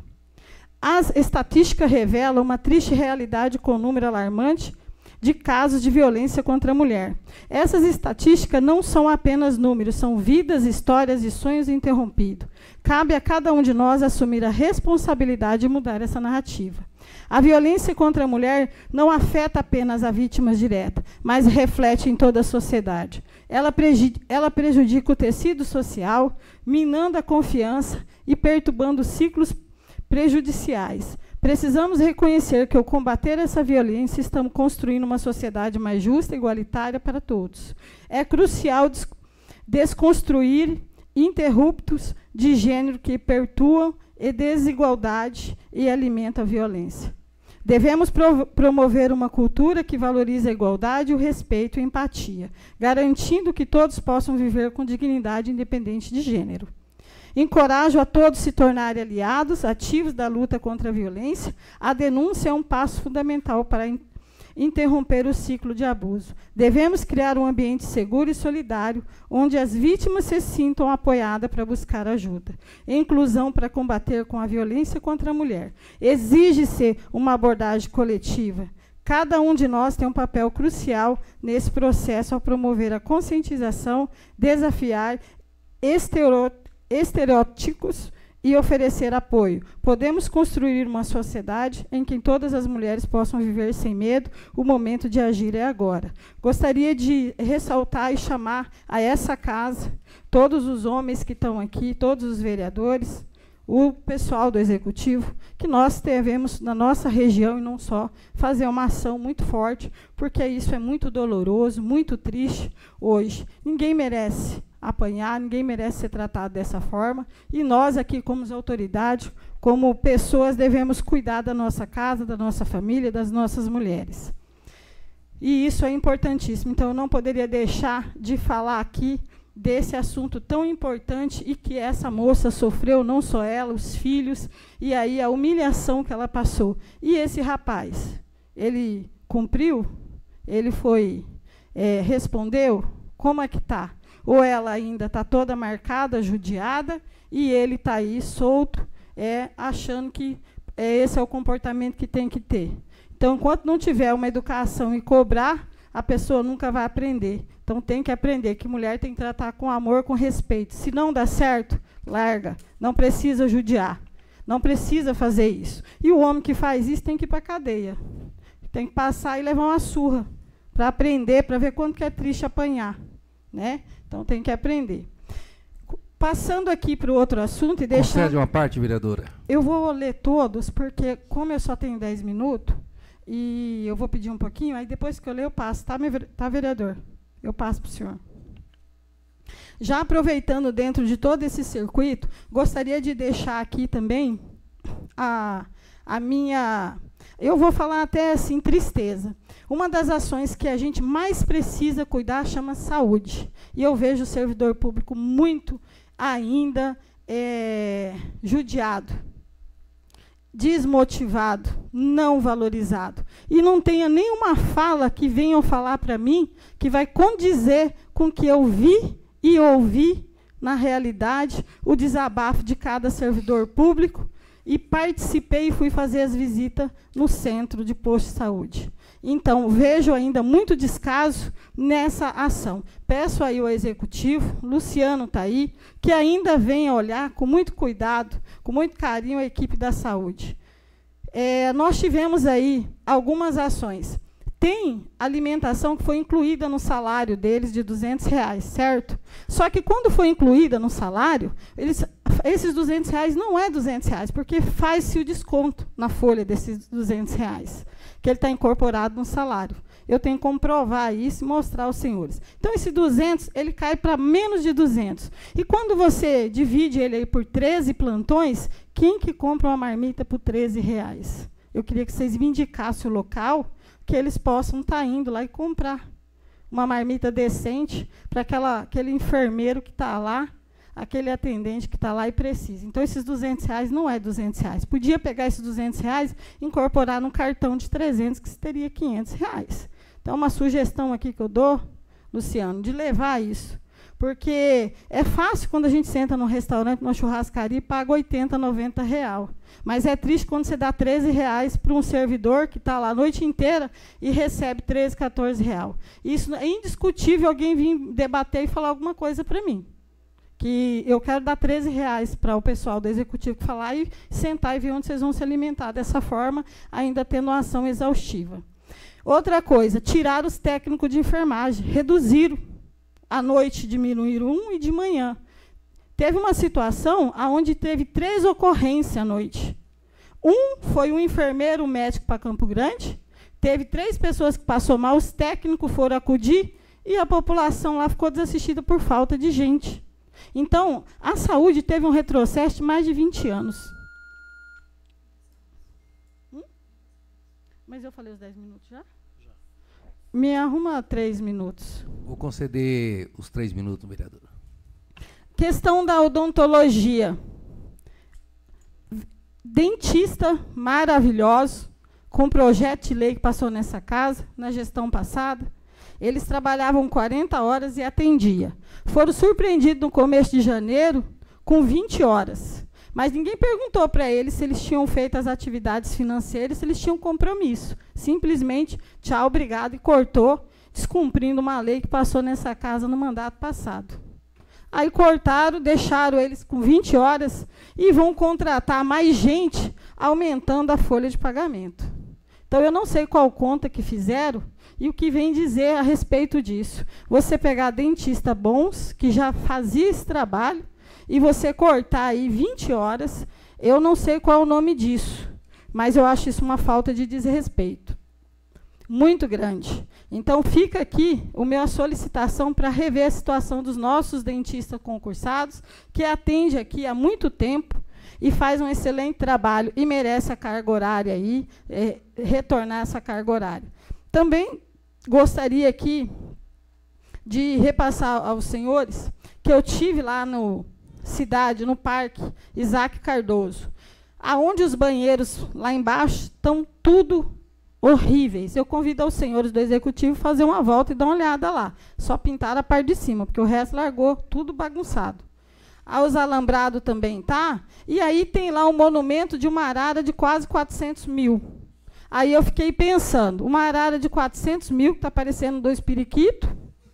As estatísticas revelam uma triste realidade com um número alarmante de casos de violência contra a mulher. Essas estatísticas não são apenas números, são vidas, histórias e sonhos interrompidos. Cabe a cada um de nós assumir a responsabilidade de mudar essa narrativa. A violência contra a mulher não afeta apenas a vítima direta, mas reflete em toda a sociedade. Ela, ela prejudica o tecido social, minando a confiança e perturbando ciclos prejudiciais. Precisamos reconhecer que, ao combater essa violência, estamos construindo uma sociedade mais justa e igualitária para todos. É crucial des desconstruir interruptos de gênero que perpetuam a desigualdade e alimentam a violência. Devemos pro promover uma cultura que valorize a igualdade, o respeito e a empatia, garantindo que todos possam viver com dignidade independente de gênero. Encorajo a todos se tornarem aliados ativos da luta contra a violência. A denúncia é um passo fundamental para in interromper o ciclo de abuso. Devemos criar um ambiente seguro e solidário, onde as vítimas se sintam apoiadas para buscar ajuda. Inclusão para combater com a violência contra a mulher. Exige-se uma abordagem coletiva. Cada um de nós tem um papel crucial nesse processo ao promover a conscientização, desafiar estereótipos e oferecer apoio. Podemos construir uma sociedade em que todas as mulheres possam viver sem medo. O momento de agir é agora. Gostaria de ressaltar e chamar a essa casa todos os homens que estão aqui, todos os vereadores, o pessoal do Executivo, que nós devemos, na nossa região e não só, fazer uma ação muito forte, porque isso é muito doloroso, muito triste hoje. Ninguém merece apanhar, ninguém merece ser tratado dessa forma, e nós aqui, como autoridades, como pessoas, devemos cuidar da nossa casa, da nossa família, das nossas mulheres. E isso é importantíssimo. Então, eu não poderia deixar de falar aqui desse assunto tão importante e que essa moça sofreu, não só ela, os filhos, e aí a humilhação que ela passou. E esse rapaz, ele cumpriu? Ele foi, é, respondeu? Como é que está? Ou ela ainda está toda marcada, judiada, e ele está aí solto, é, achando que é, esse é o comportamento que tem que ter. Então, enquanto não tiver uma educação e cobrar, a pessoa nunca vai aprender. Então, tem que aprender que mulher tem que tratar com amor, com respeito. Se não dá certo, larga. Não precisa judiar. Não precisa fazer isso. E o homem que faz isso tem que ir para a cadeia. Tem que passar e levar uma surra para aprender, para ver quanto que é triste apanhar. Né? Então, tem que aprender. Passando aqui para o outro assunto e deixando... Concede uma parte, vereadora. Eu vou ler todos, porque como eu só tenho dez minutos, e eu vou pedir um pouquinho, aí depois que eu ler eu passo, tá, tá vereador? Eu passo para o senhor. Já aproveitando dentro de todo esse circuito, gostaria de deixar aqui também a, a minha... Eu vou falar até assim, tristeza. Uma das ações que a gente mais precisa cuidar chama saúde. E eu vejo o servidor público muito ainda é, judiado, desmotivado, não valorizado. E não tenha nenhuma fala que venham falar para mim que vai condizer com o que eu vi e ouvi na realidade, o desabafo de cada servidor público, e participei e fui fazer as visitas no centro de posto de saúde. Então, vejo ainda muito descaso nessa ação. Peço aí ao Executivo, Luciano está aí, que ainda venha olhar com muito cuidado, com muito carinho a equipe da saúde. É, nós tivemos aí algumas ações. Tem alimentação que foi incluída no salário deles de duzentos reais, certo? Só que quando foi incluída no salário, eles, esses duzentos reais não é duzentos reais, porque faz-se o desconto na folha desses duzentos reais, que ele está incorporado no salário. Eu tenho que comprovar isso e mostrar aos senhores. Então, esse duzentos, ele cai para menos de duzentos. E quando você divide ele aí por treze plantões, quem que compra uma marmita por treze reais? Eu queria que vocês me indicassem o local que eles possam estar indo lá e comprar uma marmita decente para aquele enfermeiro que está lá, aquele atendente que está lá e precisa. Então, esses duzentos reais não é duzentos reais. Podia pegar esses duzentos reais e incorporar no cartão de trezentos, que teria quinhentos reais. Então, uma sugestão aqui que eu dou, Luciano, de levar isso. Porque é fácil quando a gente senta num restaurante, numa churrascaria e paga oitenta, noventa reais. Mas é triste quando você dá treze reais para um servidor que está lá a noite inteira e recebe treze, quatorze reais. Isso é indiscutível alguém vir debater e falar alguma coisa para mim. Que eu quero dar treze reais para o pessoal do Executivo falar e sentar e ver onde vocês vão se alimentar dessa forma, ainda tendo uma ação exaustiva. Outra coisa, tirar os técnicos de enfermagem, reduziram. À noite diminuíram um e de manhã. Teve uma situação onde teve três ocorrências à noite. Um foi um enfermeiro, um médico para Campo Grande, teve três pessoas que passou mal, os técnicos foram acudir e a população lá ficou desassistida por falta de gente. Então, a saúde teve um retrocesso de mais de vinte anos. Hum? Mas eu falei os dez minutos já? Já. Me arruma três minutos. Vou conceder os três minutos, vereadora. Questão da odontologia. Dentista maravilhoso, com projeto de lei que passou nessa casa, na gestão passada. Eles trabalhavam quarenta horas e atendia. Foram surpreendidos no começo de janeiro com vinte horas. Mas ninguém perguntou para eles se eles tinham feito as atividades financeiras, se eles tinham compromisso. Simplesmente, tchau, obrigado, e cortou, descumprindo uma lei que passou nessa casa no mandato passado. Aí cortaram, deixaram eles com vinte horas e vão contratar mais gente, aumentando a folha de pagamento. Então, eu não sei qual conta que fizeram e o que vem dizer a respeito disso. Você pegar dentistas bons, que já fazia esse trabalho, e você cortar aí vinte horas, eu não sei qual é o nome disso, mas eu acho isso uma falta de desrespeito muito grande. Então, fica aqui a minha solicitação para rever a situação dos nossos dentistas concursados, que atende aqui há muito tempo e faz um excelente trabalho e merece a carga horária aí, é, retornar essa carga horária. Também gostaria aqui de repassar aos senhores que eu tive lá no cidade, no Parque Isaac Cardoso, aonde os banheiros lá embaixo estão tudo horríveis. Eu convido os senhores do Executivo a fazer uma volta e dar uma olhada lá. Só pintaram a parte de cima, porque o resto largou tudo bagunçado. Os alambrados também tá. E aí tem lá um monumento de uma arara de quase quatrocentos mil. Aí eu fiquei pensando, uma arara de quatrocentos mil, que está parecendo dois periquitos.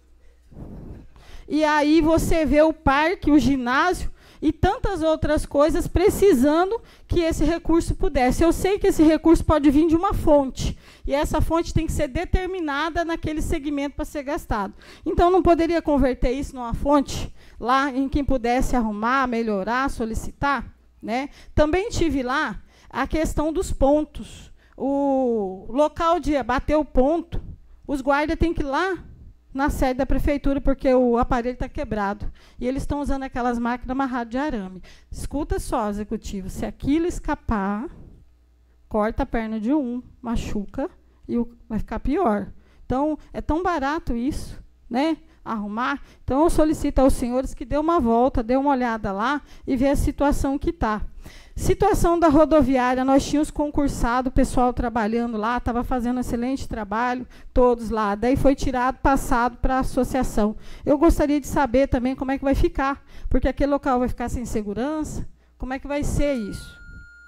E aí você vê o parque, o ginásio e tantas outras coisas precisando que esse recurso pudesse. Eu sei que esse recurso pode vir de uma fonte, e essa fonte tem que ser determinada naquele segmento para ser gastado. Então, não poderia converter isso numa fonte lá em quem pudesse arrumar, melhorar, solicitar? Né? Também tive lá a questão dos pontos. O local de bater o ponto, os guardas têm que ir lá na sede da prefeitura, porque o aparelho está quebrado. E eles estão usando aquelas máquinas amarradas de arame. Escuta só, executivo, se aquilo escapar, corta a perna de um, machuca, e o, vai ficar pior. Então, é tão barato isso, né? Arrumar. Então, eu solicito aos senhores que dê uma volta, dê uma olhada lá e vê a situação que está. Situação da rodoviária, nós tínhamos concursado, o pessoal trabalhando lá, estava fazendo um excelente trabalho, todos lá. Daí foi tirado, passado para a associação. Eu gostaria de saber também como é que vai ficar, porque aquele local vai ficar sem segurança. Como é que vai ser isso?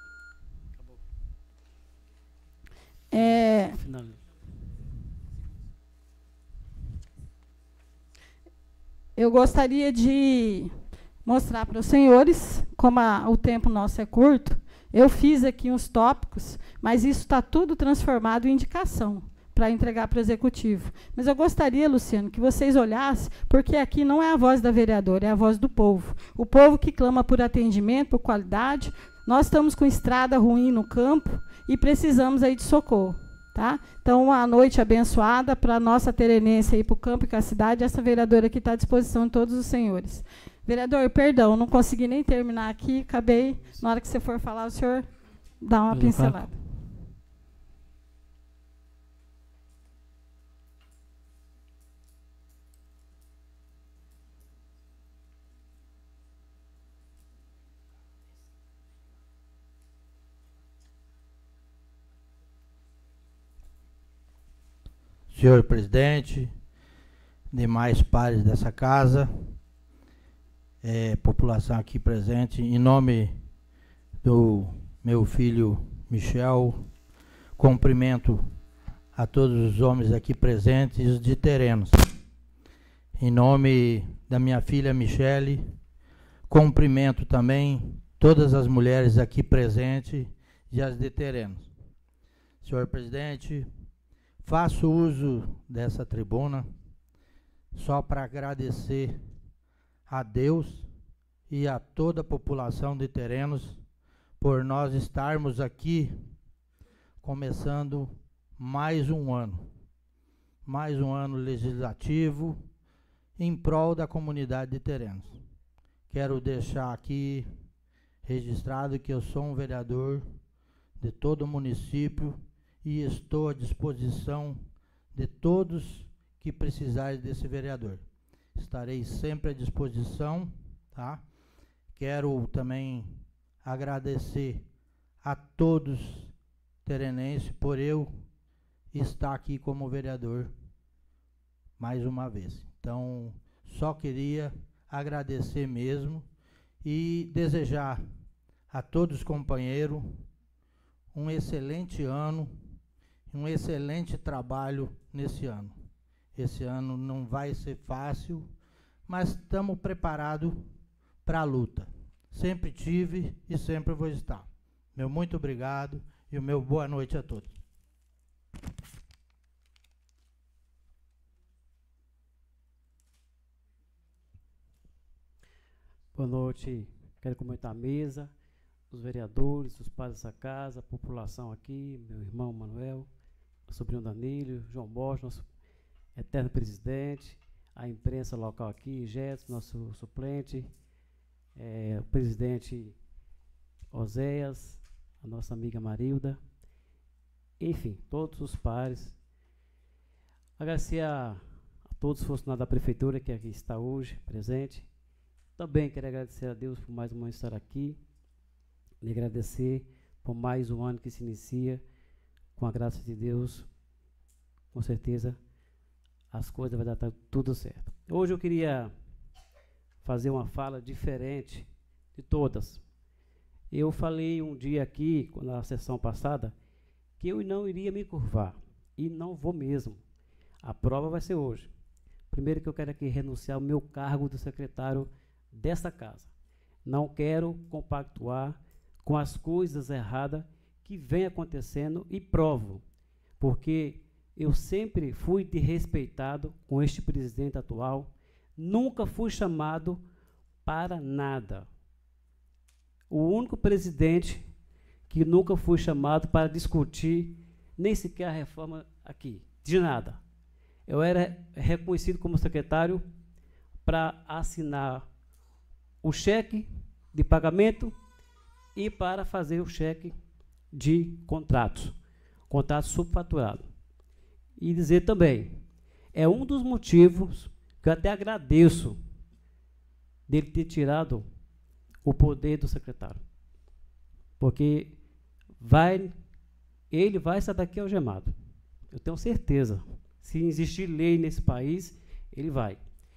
É, eu gostaria de mostrar para os senhores, como a, o tempo nosso é curto, eu fiz aqui uns tópicos, mas isso está tudo transformado em indicação para entregar para o executivo. Mas eu gostaria, Luciano, que vocês olhassem, porque aqui não é a voz da vereadora, é a voz do povo. O povo que clama por atendimento, por qualidade. Nós estamos com estrada ruim no campo e precisamos aí de socorro. Tá? Então, uma noite abençoada para a nossa terenense aí para o campo e para a cidade. Essa vereadora aqui está à disposição de todos os senhores. Vereador, perdão, não consegui nem terminar aqui, acabei, na hora que você for falar, o senhor dá uma pincelada. Senhor presidente, demais pares dessa casa, É, população aqui presente, em nome do meu filho Michel, cumprimento a todos os homens aqui presentes e os de terrenos. Em nome da minha filha Michele, cumprimento também todas as mulheres aqui presentes e as de terrenos. Senhor presidente, faço uso dessa tribuna só para agradecer a Deus e a toda a população de terrenos por nós estarmos aqui começando mais um ano, mais um ano legislativo em prol da comunidade de terrenos. Quero deixar aqui registrado que eu sou um vereador de todo o município e estou à disposição de todos que precisarem desse vereador. Estarei sempre à disposição, tá? Quero também agradecer a todos terenenses por eu estar aqui como vereador mais uma vez. Então, só queria agradecer mesmo e desejar a todos os companheiros um excelente ano, um excelente trabalho nesse ano. Esse ano não vai ser fácil, mas estamos preparados para a luta. Sempre tive e sempre vou estar. Meu muito obrigado e o meu boa noite a todos. Boa noite. Quero comentar a mesa, os vereadores, os pais dessa casa, a população aqui, meu irmão Manuel, o sobrinho Danilo, João Borges, nosso eterno presidente, a imprensa local aqui, Getson, nosso suplente, é, o presidente Oséias, a nossa amiga Marilda, enfim, todos os pares. Agradecer a, a todos os funcionários da prefeitura que aqui está hoje, presente, Também quero agradecer a Deus por mais um ano estar aqui. E agradecer por mais um ano que se inicia. Com a graça de Deus, com certeza, as coisas vão dar tudo certo. Hoje eu queria fazer uma fala diferente de todas. Eu falei um dia aqui, na sessão passada, que eu não iria me curvar. E não vou mesmo. A prova vai ser hoje. Primeiro que eu quero aqui renunciar ao meu cargo de secretário dessa casa. Não quero compactuar com as coisas erradas que vem acontecendo e provo. Porque eu sempre fui desrespeitado com este presidente atual. Nunca fui chamado para nada. O único presidente que nunca fui chamado para discutir nem sequer a reforma aqui, de nada. Eu era reconhecido como secretário para assinar o cheque de pagamento e para fazer o cheque de contratos, contrato subfaturado. E dizer também, é um dos motivos que eu até agradeço dele ter tirado o poder do secretário. Porque vai, ele vai sair daqui algemado. Eu tenho certeza. Se existir lei nesse país, ele vai.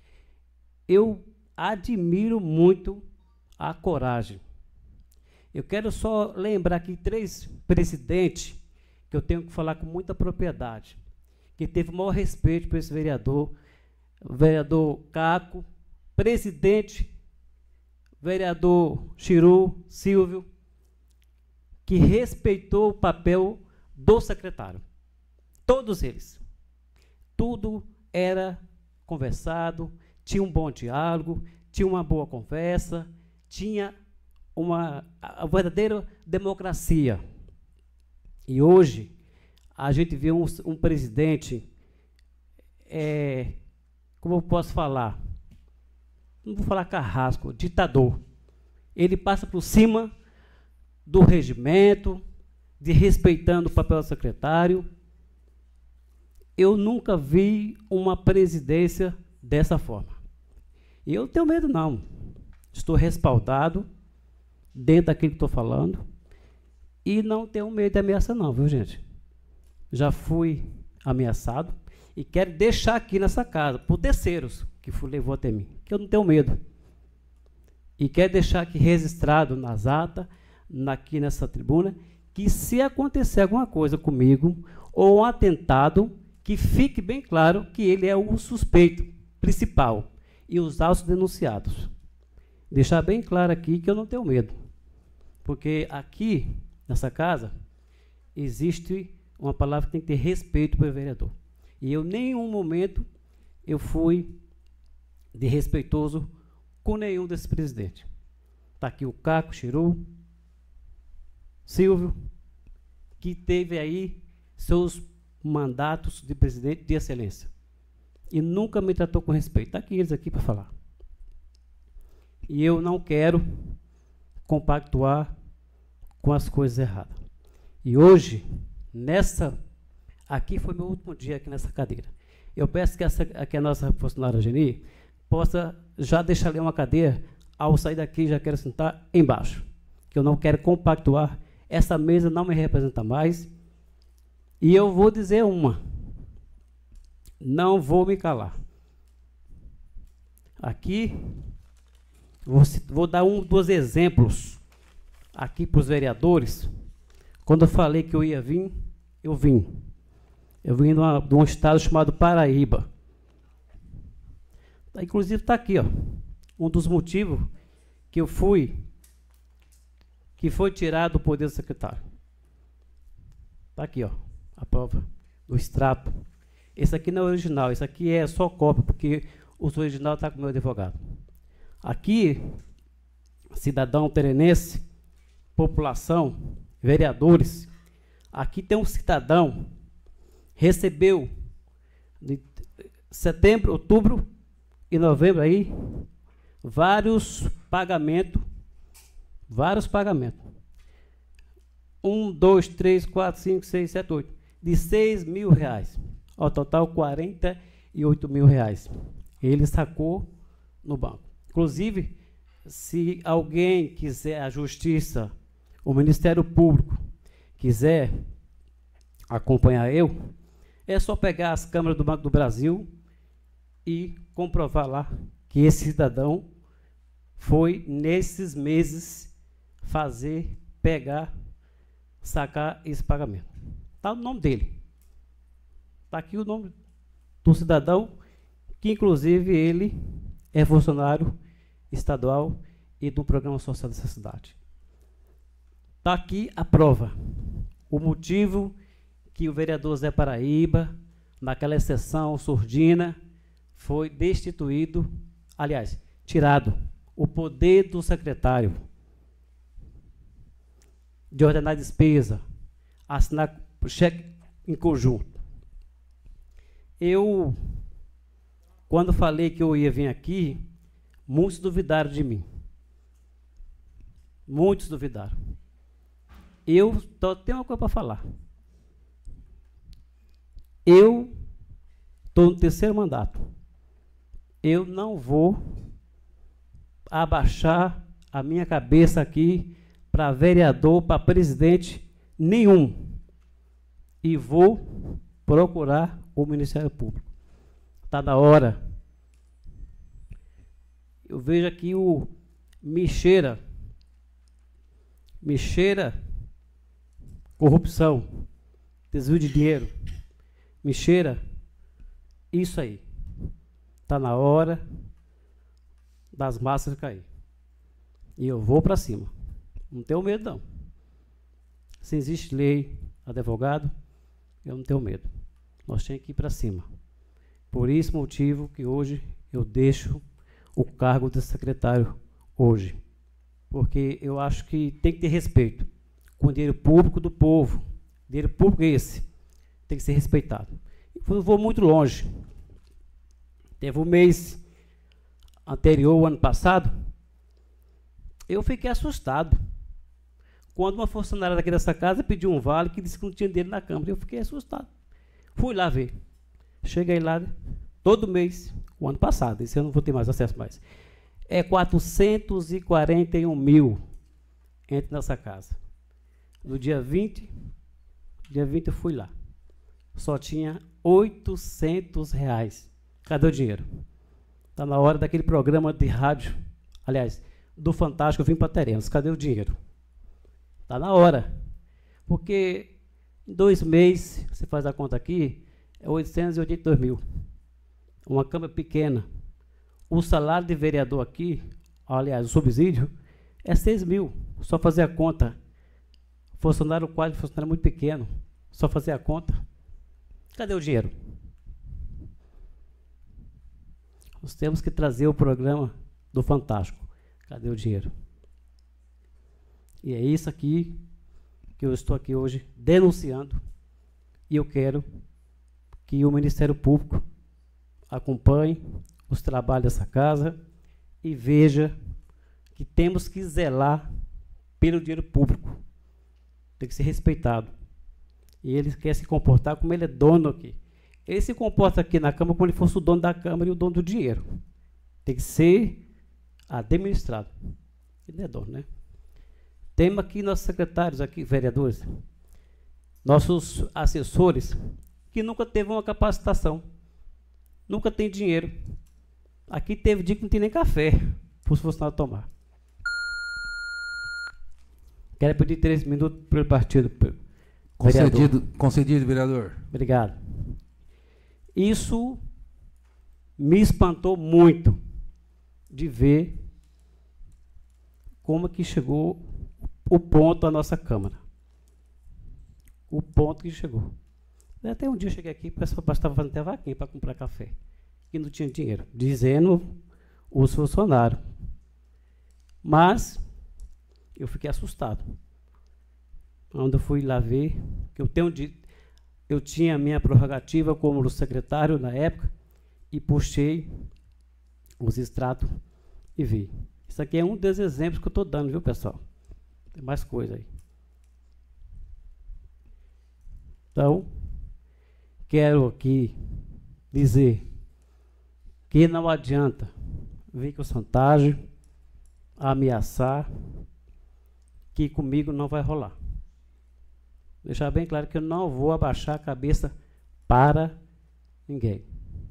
Eu admiro muito a coragem. Eu quero só lembrar aqui três presidentes que eu tenho que falar com muita propriedade, que teve o maior respeito por esse vereador, o vereador Caco, presidente, vereador Chiru, Silvio, que respeitou o papel do secretário. Todos eles. Tudo era conversado, tinha um bom diálogo, tinha uma boa conversa, tinha uma a verdadeira democracia. E hoje a gente vê um, um presidente, é, como eu posso falar? Não vou falar carrasco, ditador. Ele passa por cima do regimento, de respeitando o papel do secretário. Eu nunca vi uma presidência dessa forma. E eu não tenho medo, não. Estou respaldado dentro daquilo que estou falando. E não tenho medo de ameaça, não, viu, gente? Já fui ameaçado e quero deixar aqui nessa casa, por terceiros que foi, levou até mim, que eu não tenho medo. E quero deixar aqui registrado nas atas, aqui nessa tribuna, que se acontecer alguma coisa comigo, ou um atentado, que fique bem claro que ele é o suspeito principal e os autos denunciados. Deixar bem claro aqui que eu não tenho medo. Porque aqui, nessa casa, existe uma palavra que tem que ter respeito para o vereador. E eu, em nenhum momento, eu fui desrespeitoso com nenhum desses presidentes. Está aqui o Caco, Chiru, Silvio, que teve aí seus mandatos de presidente de excelência. E nunca me tratou com respeito. Está aqui eles aqui para falar. E eu não quero compactuar com as coisas erradas. E hoje, nessa, aqui foi meu último dia aqui nessa cadeira. Eu peço que, essa, que a nossa funcionária Geni possa já deixar ali uma cadeira, ao sair daqui já quero sentar embaixo, que eu não quero compactuar, essa mesa não me representa mais, e eu vou dizer uma, não vou me calar. Aqui, vou, vou dar um dos exemplos aqui para os vereadores. Quando eu falei que eu ia vir, eu vim. Eu vim de, uma, de um estado chamado Paraíba. Inclusive está aqui, ó, um dos motivos que eu fui, que foi tirado do poder do secretário. Está aqui, ó, a prova do extrato. Esse aqui não é original, esse aqui é só cópia, porque o original está com o meu advogado. Aqui, cidadão terenense, população, vereadores, aqui tem um cidadão, recebeu de setembro, outubro e novembro aí, vários pagamentos, vários pagamentos. Um, dois, três, quatro, cinco, seis, sete, oito. De seis mil reais. Ao total, quarenta e oito mil reais. Ele sacou no banco. Inclusive, se alguém quiser, a Justiça, o Ministério Público, quiser acompanhar eu, é só pegar as câmeras do Banco do Brasil e comprovar lá que esse cidadão foi, nesses meses, fazer, pegar, sacar esse pagamento. Está o nome dele. Está aqui o nome do cidadão, que inclusive ele é funcionário estadual e do programa social dessa cidade. Está aqui a prova. O motivo que o vereador Zé Paraíba, naquela exceção surdina, foi destituído, aliás, tirado o poder do secretário de ordenar despesa, assinar cheque em conjunto. Eu, quando falei que eu ia vir aqui, muitos duvidaram de mim. Muitos duvidaram. Eu só tenho uma coisa para falar. Eu estou no terceiro mandato. Eu não vou abaixar a minha cabeça aqui para vereador, para presidente nenhum. E vou procurar o Ministério Público. Está na hora. Eu vejo aqui o me cheira, me cheira corrupção, desvio de dinheiro, me cheira isso aí. Está na hora das massas cair. E eu vou para cima. Não tenho medo, não. Se existe lei, advogado, eu não tenho medo. Nós temos que ir para cima. Por esse motivo que hoje eu deixo o cargo de secretário hoje. Porque eu acho que tem que ter respeito com o dinheiro público do povo. Dinheiro público esse tem que ser respeitado. Eu vou muito longe. Teve um mês anterior, o ano passado, eu fiquei assustado. Quando uma funcionária daqui dessa casa pediu um vale que disse que não tinha dinheiro na Câmara. Eu fiquei assustado. Fui lá ver. Cheguei lá todo mês, o ano passado, esse ano não vou ter mais acesso mais. É quatrocentos e quarenta e um mil entra nessa casa. No dia vinte, dia vinte eu fui lá. Só tinha oitocentos reais. Cadê o dinheiro? Está na hora daquele programa de rádio, aliás, do Fantástico, eu vim para Terrenos. Cadê o dinheiro? Está na hora. Porque em dois meses, você faz a conta aqui, é oitocentos e oitenta e dois mil. Uma Câmara pequena. O salário de vereador aqui, aliás, o subsídio, é seis mil. Só fazer a conta. Funcionário quadro, funcionário muito pequeno. Só fazer a conta. Cadê o dinheiro? Nós temos que trazer o programa do Fantástico. Cadê o dinheiro? E é isso aqui que eu estou aqui hoje denunciando. E eu quero que o Ministério Público acompanhe os trabalhos dessa casa e veja que temos que zelar pelo dinheiro público. Tem que ser respeitado. E ele quer se comportar como ele é dono aqui. Ele se comporta aqui na Câmara como ele fosse o dono da Câmara e o dono do dinheiro. Tem que ser administrado. Ele não é dono, né? Temos aqui nossos secretários, aqui, vereadores, nossos assessores, que nunca teve uma capacitação. Nunca tem dinheiro. Aqui teve dia que não tem nem café para os funcionários tomar. Quero pedir três minutos para o partido. Concedido, concedido, vereador. Obrigado. Isso me espantou muito de ver como que chegou o ponto da nossa Câmara. O ponto que chegou. Até um dia eu cheguei aqui, o pessoal estava fazendo até vaquinha para comprar café. E não tinha dinheiro, dizendo os funcionários. Mas eu fiquei assustado. Quando eu fui lá ver, que eu tenho de, eu tinha a minha prerrogativa como secretário na época, e puxei os extratos e vi. Isso aqui é um dos exemplos que eu estou dando, viu, pessoal? Tem mais coisa aí. Então, quero aqui dizer que não adianta vir com chantagem, ameaçar que comigo não vai rolar. Deixar bem claro que eu não vou abaixar a cabeça para ninguém.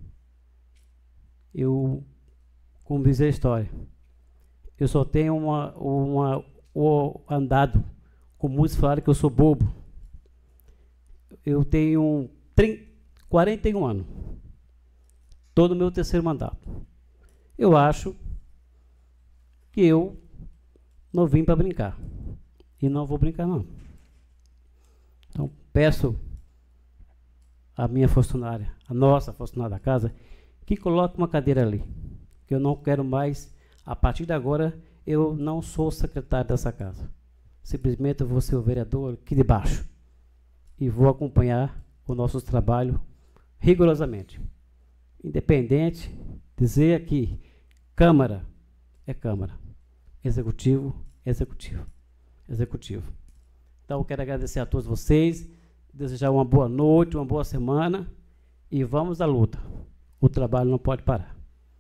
Eu, como diz a história, eu só tenho uma, uma, uma andado com muitos falaram que eu sou bobo. Eu tenho trinta, quarenta e um anos. Todo o meu terceiro mandato. Eu acho que eu não vim para brincar. E não vou brincar, não. Então, peço à minha funcionária, a nossa funcionária da casa, que coloque uma cadeira ali. Que eu não quero mais, a partir de agora, eu não sou secretário dessa casa. Simplesmente eu vou ser o vereador aqui de baixo. E vou acompanhar o nosso trabalho rigorosamente. Independente, dizer aqui, Câmara é Câmara, Executivo, Executivo, Executivo. Então, eu quero agradecer a todos vocês, desejar uma boa noite, uma boa semana e vamos à luta. O trabalho não pode parar.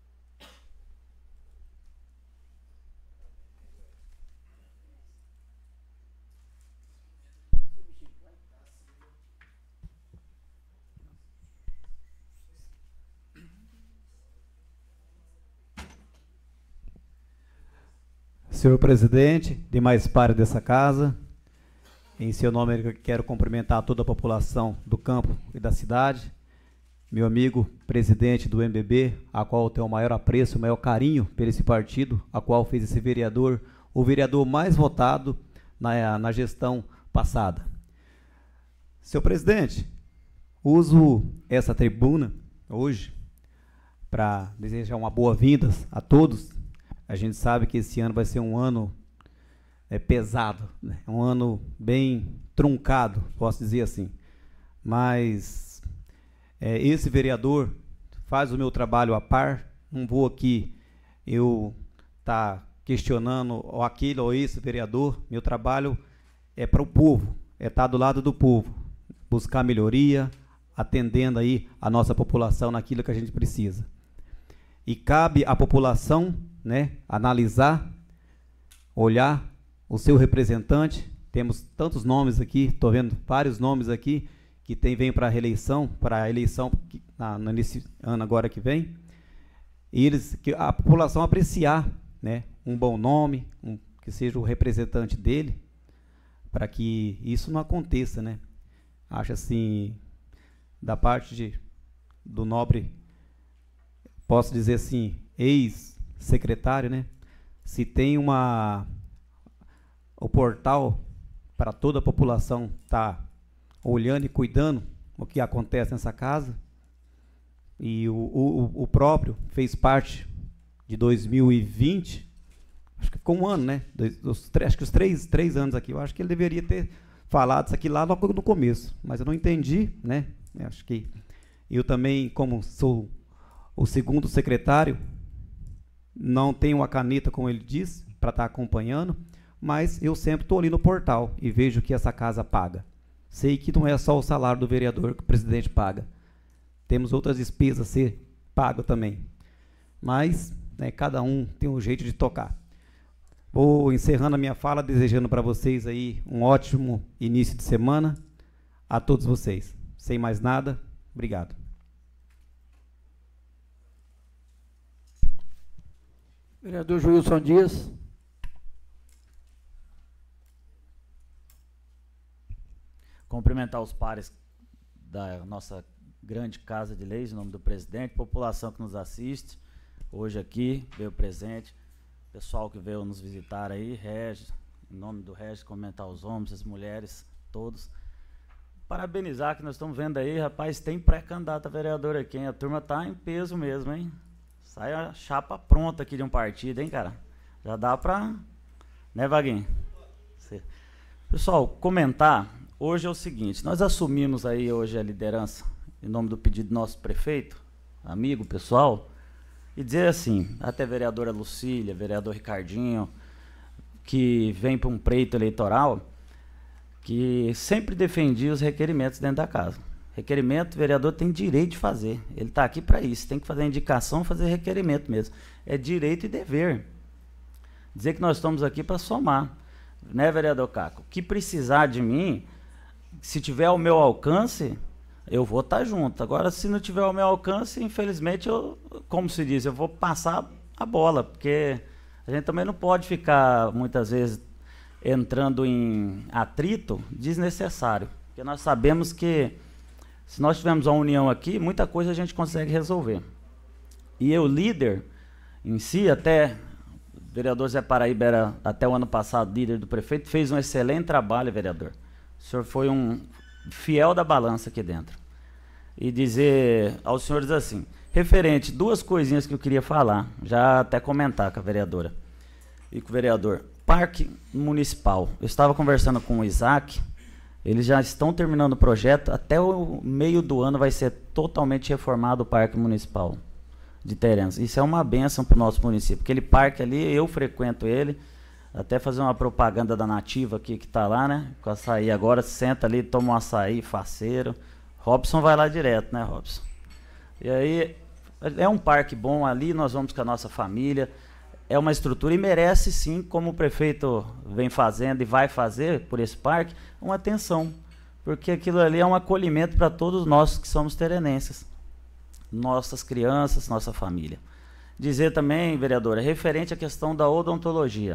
Senhor presidente, demais pares dessa casa, em seu nome eu quero cumprimentar toda a população do campo e da cidade, meu amigo presidente do M B B, a qual eu tenho o maior apreço, o maior carinho por esse partido, a qual fez esse vereador, o vereador mais votado na, na gestão passada. Senhor presidente, uso essa tribuna hoje para desejar uma boa-vinda a todos. A gente sabe que esse ano vai ser um ano é, pesado, né? Um ano bem truncado, posso dizer assim. Mas é, esse vereador faz o meu trabalho a par, não vou aqui eu estar tá questionando ou aquele ou esse vereador, meu trabalho é para o povo, é estar tá do lado do povo, buscar melhoria, atendendo aí a nossa população naquilo que a gente precisa. E cabe à população, né, analisar, olhar o seu representante. Temos tantos nomes aqui, estou vendo vários nomes aqui que tem, vem para a reeleição, para a eleição que, na, nesse ano agora que vem, e eles, que a população apreciar, né, um bom nome, um, que seja o representante dele, para que isso não aconteça, né? Acho assim, da parte de, do nobre, posso dizer assim, ex-secretário, né? Se tem uma o portal para toda a população estar tá olhando e cuidando o que acontece nessa casa, e o, o, o próprio fez parte de dois mil e vinte, acho que ficou um ano, né? Dos, dos, acho que os três, três anos aqui, eu acho que ele deveria ter falado isso aqui lá logo no começo, mas eu não entendi, né? Eu acho que eu também, como sou o segundo secretário, não tenho a caneta, como ele disse, para estar acompanhando, mas eu sempre estou ali no portal e vejo que essa casa paga. Sei que não é só o salário do vereador que o presidente paga. Temos outras despesas a ser pagas também. Mas, né, cada um tem um jeito de tocar. Vou encerrando a minha fala, desejando para vocês aí um ótimo início de semana. A todos vocês. Sem mais nada, obrigado. Vereador Joilson Dias. Cumprimentar os pares da nossa grande Casa de Leis, em nome do presidente, população que nos assiste hoje aqui, veio presente, pessoal que veio nos visitar aí, Regis, em nome do Regis, comentar os homens, as mulheres, todos. Parabenizar que nós estamos vendo aí, rapaz, tem pré-candidato a vereador aqui, hein? A turma tá em peso mesmo, hein? Sai a chapa pronta aqui de um partido, hein, cara? Já dá pra... Né, Vaguinho? Pessoal, comentar, hoje é o seguinte, nós assumimos aí hoje a liderança, em nome do pedido do nosso prefeito, amigo, pessoal, e dizer assim, até a vereadora Lucília, vereador Ricardinho, que vem para um pleito eleitoral, que sempre defendia os requerimentos dentro da casa. Requerimento, o vereador tem direito de fazer. Ele está aqui para isso. Tem que fazer indicação, fazer requerimento mesmo. É direito e dever. Dizer que nós estamos aqui para somar, né, vereador Caco? Que precisar de mim, se tiver ao meu alcance, eu vou estar junto. Agora, se não tiver ao meu alcance, infelizmente, eu, como se diz, eu vou passar a bola, porque a gente também não pode ficar, muitas vezes, entrando em atrito desnecessário. Porque nós sabemos que, se nós tivermos uma união aqui, muita coisa a gente consegue resolver. E eu, líder em si, até o vereador Zé Paraíba era, até o ano passado, líder do prefeito, fez um excelente trabalho, vereador. O senhor foi um fiel da balança aqui dentro. E dizer aos senhores assim, referente, duas coisinhas que eu queria falar, já até comentar com a vereadora e com o vereador. Parque municipal. Eu estava conversando com o Isaac, eles já estão terminando o projeto, até o meio do ano vai ser totalmente reformado o parque municipal de Terenos. Isso é uma bênção para o nosso município. Aquele parque ali, eu frequento ele, até fazer uma propaganda da Nativa aqui que está lá, né? Com açaí agora, senta ali, toma um açaí, faceiro. Robson vai lá direto, né, Robson? E aí, é um parque bom ali, nós vamos com a nossa família, é uma estrutura e merece sim, como o prefeito vem fazendo e vai fazer por esse parque, uma atenção, porque aquilo ali é um acolhimento para todos nós que somos terenenses, nossas crianças, nossa família. Dizer também, vereadora, referente à questão da odontologia.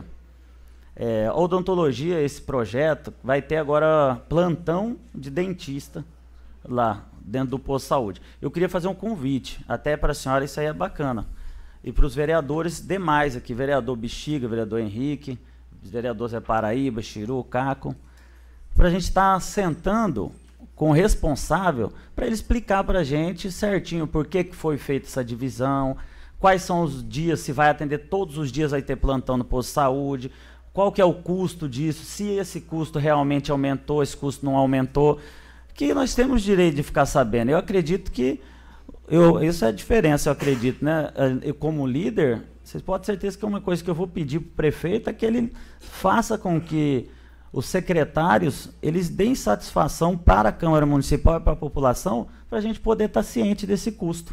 É, odontologia, esse projeto, vai ter agora plantão de dentista lá dentro do posto de saúde. Eu queria fazer um convite, até para a senhora, isso aí é bacana, e para os vereadores demais aqui, vereador Bexiga, vereador Henrique, vereador Zé Paraíba, Chiru, Caco, para a gente estar tá sentando com o responsável para ele explicar para a gente certinho por que, que foi feita essa divisão, quais são os dias, se vai atender todos os dias, vai ter plantão no posto de saúde, qual que é o custo disso, se esse custo realmente aumentou, esse custo não aumentou, que nós temos direito de ficar sabendo. Eu acredito que, eu, isso é a diferença, eu acredito, né? Eu, como líder, vocês podem ter certeza que é uma coisa que eu vou pedir para o prefeito é que ele faça com que os secretários, eles deem satisfação para a Câmara Municipal e para a população, para a gente poder estar ciente desse custo.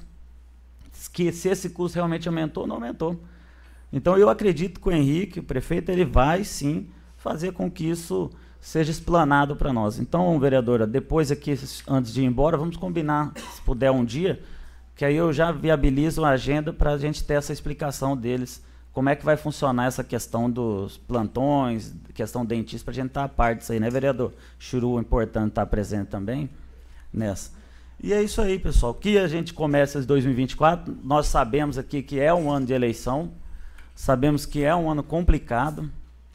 Que se esse custo realmente aumentou ou não aumentou. Então, eu acredito que o Henrique, o prefeito, ele vai, sim, fazer com que isso seja explanado para nós. Então, vereadora, depois aqui, antes de ir embora, vamos combinar, se puder, um dia, que aí eu já viabilizo a agenda para a gente ter essa explicação deles, como é que vai funcionar essa questão dos plantões, questão dentista, para a gente estar a parte disso aí, né, vereador? Churu, importante estar presente também nessa. E é isso aí, pessoal. Que a gente começa em dois mil e vinte e quatro, nós sabemos aqui que é um ano de eleição, sabemos que é um ano complicado,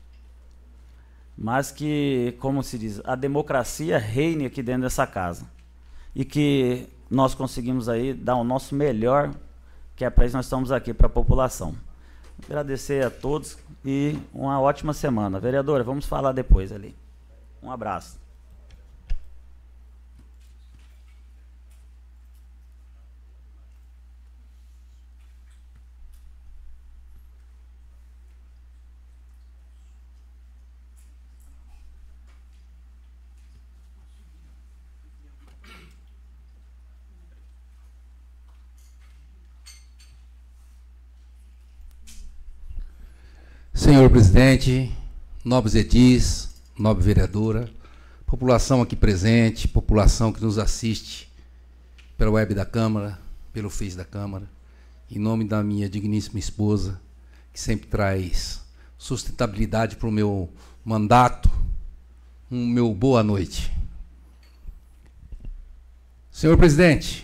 mas que, como se diz, a democracia reine aqui dentro dessa casa. E que nós conseguimos aí dar o nosso melhor, que é para isso nós estamos aqui, para a população. Agradecer a todos e uma ótima semana. Vereadora, vamos falar depois ali. Um abraço. Senhor presidente, nobres edis, nobre vereadora, população aqui presente, população que nos assiste pela web da Câmara, pelo Face da Câmara, em nome da minha digníssima esposa, que sempre traz sustentabilidade para o meu mandato, um meu boa noite. Senhor presidente,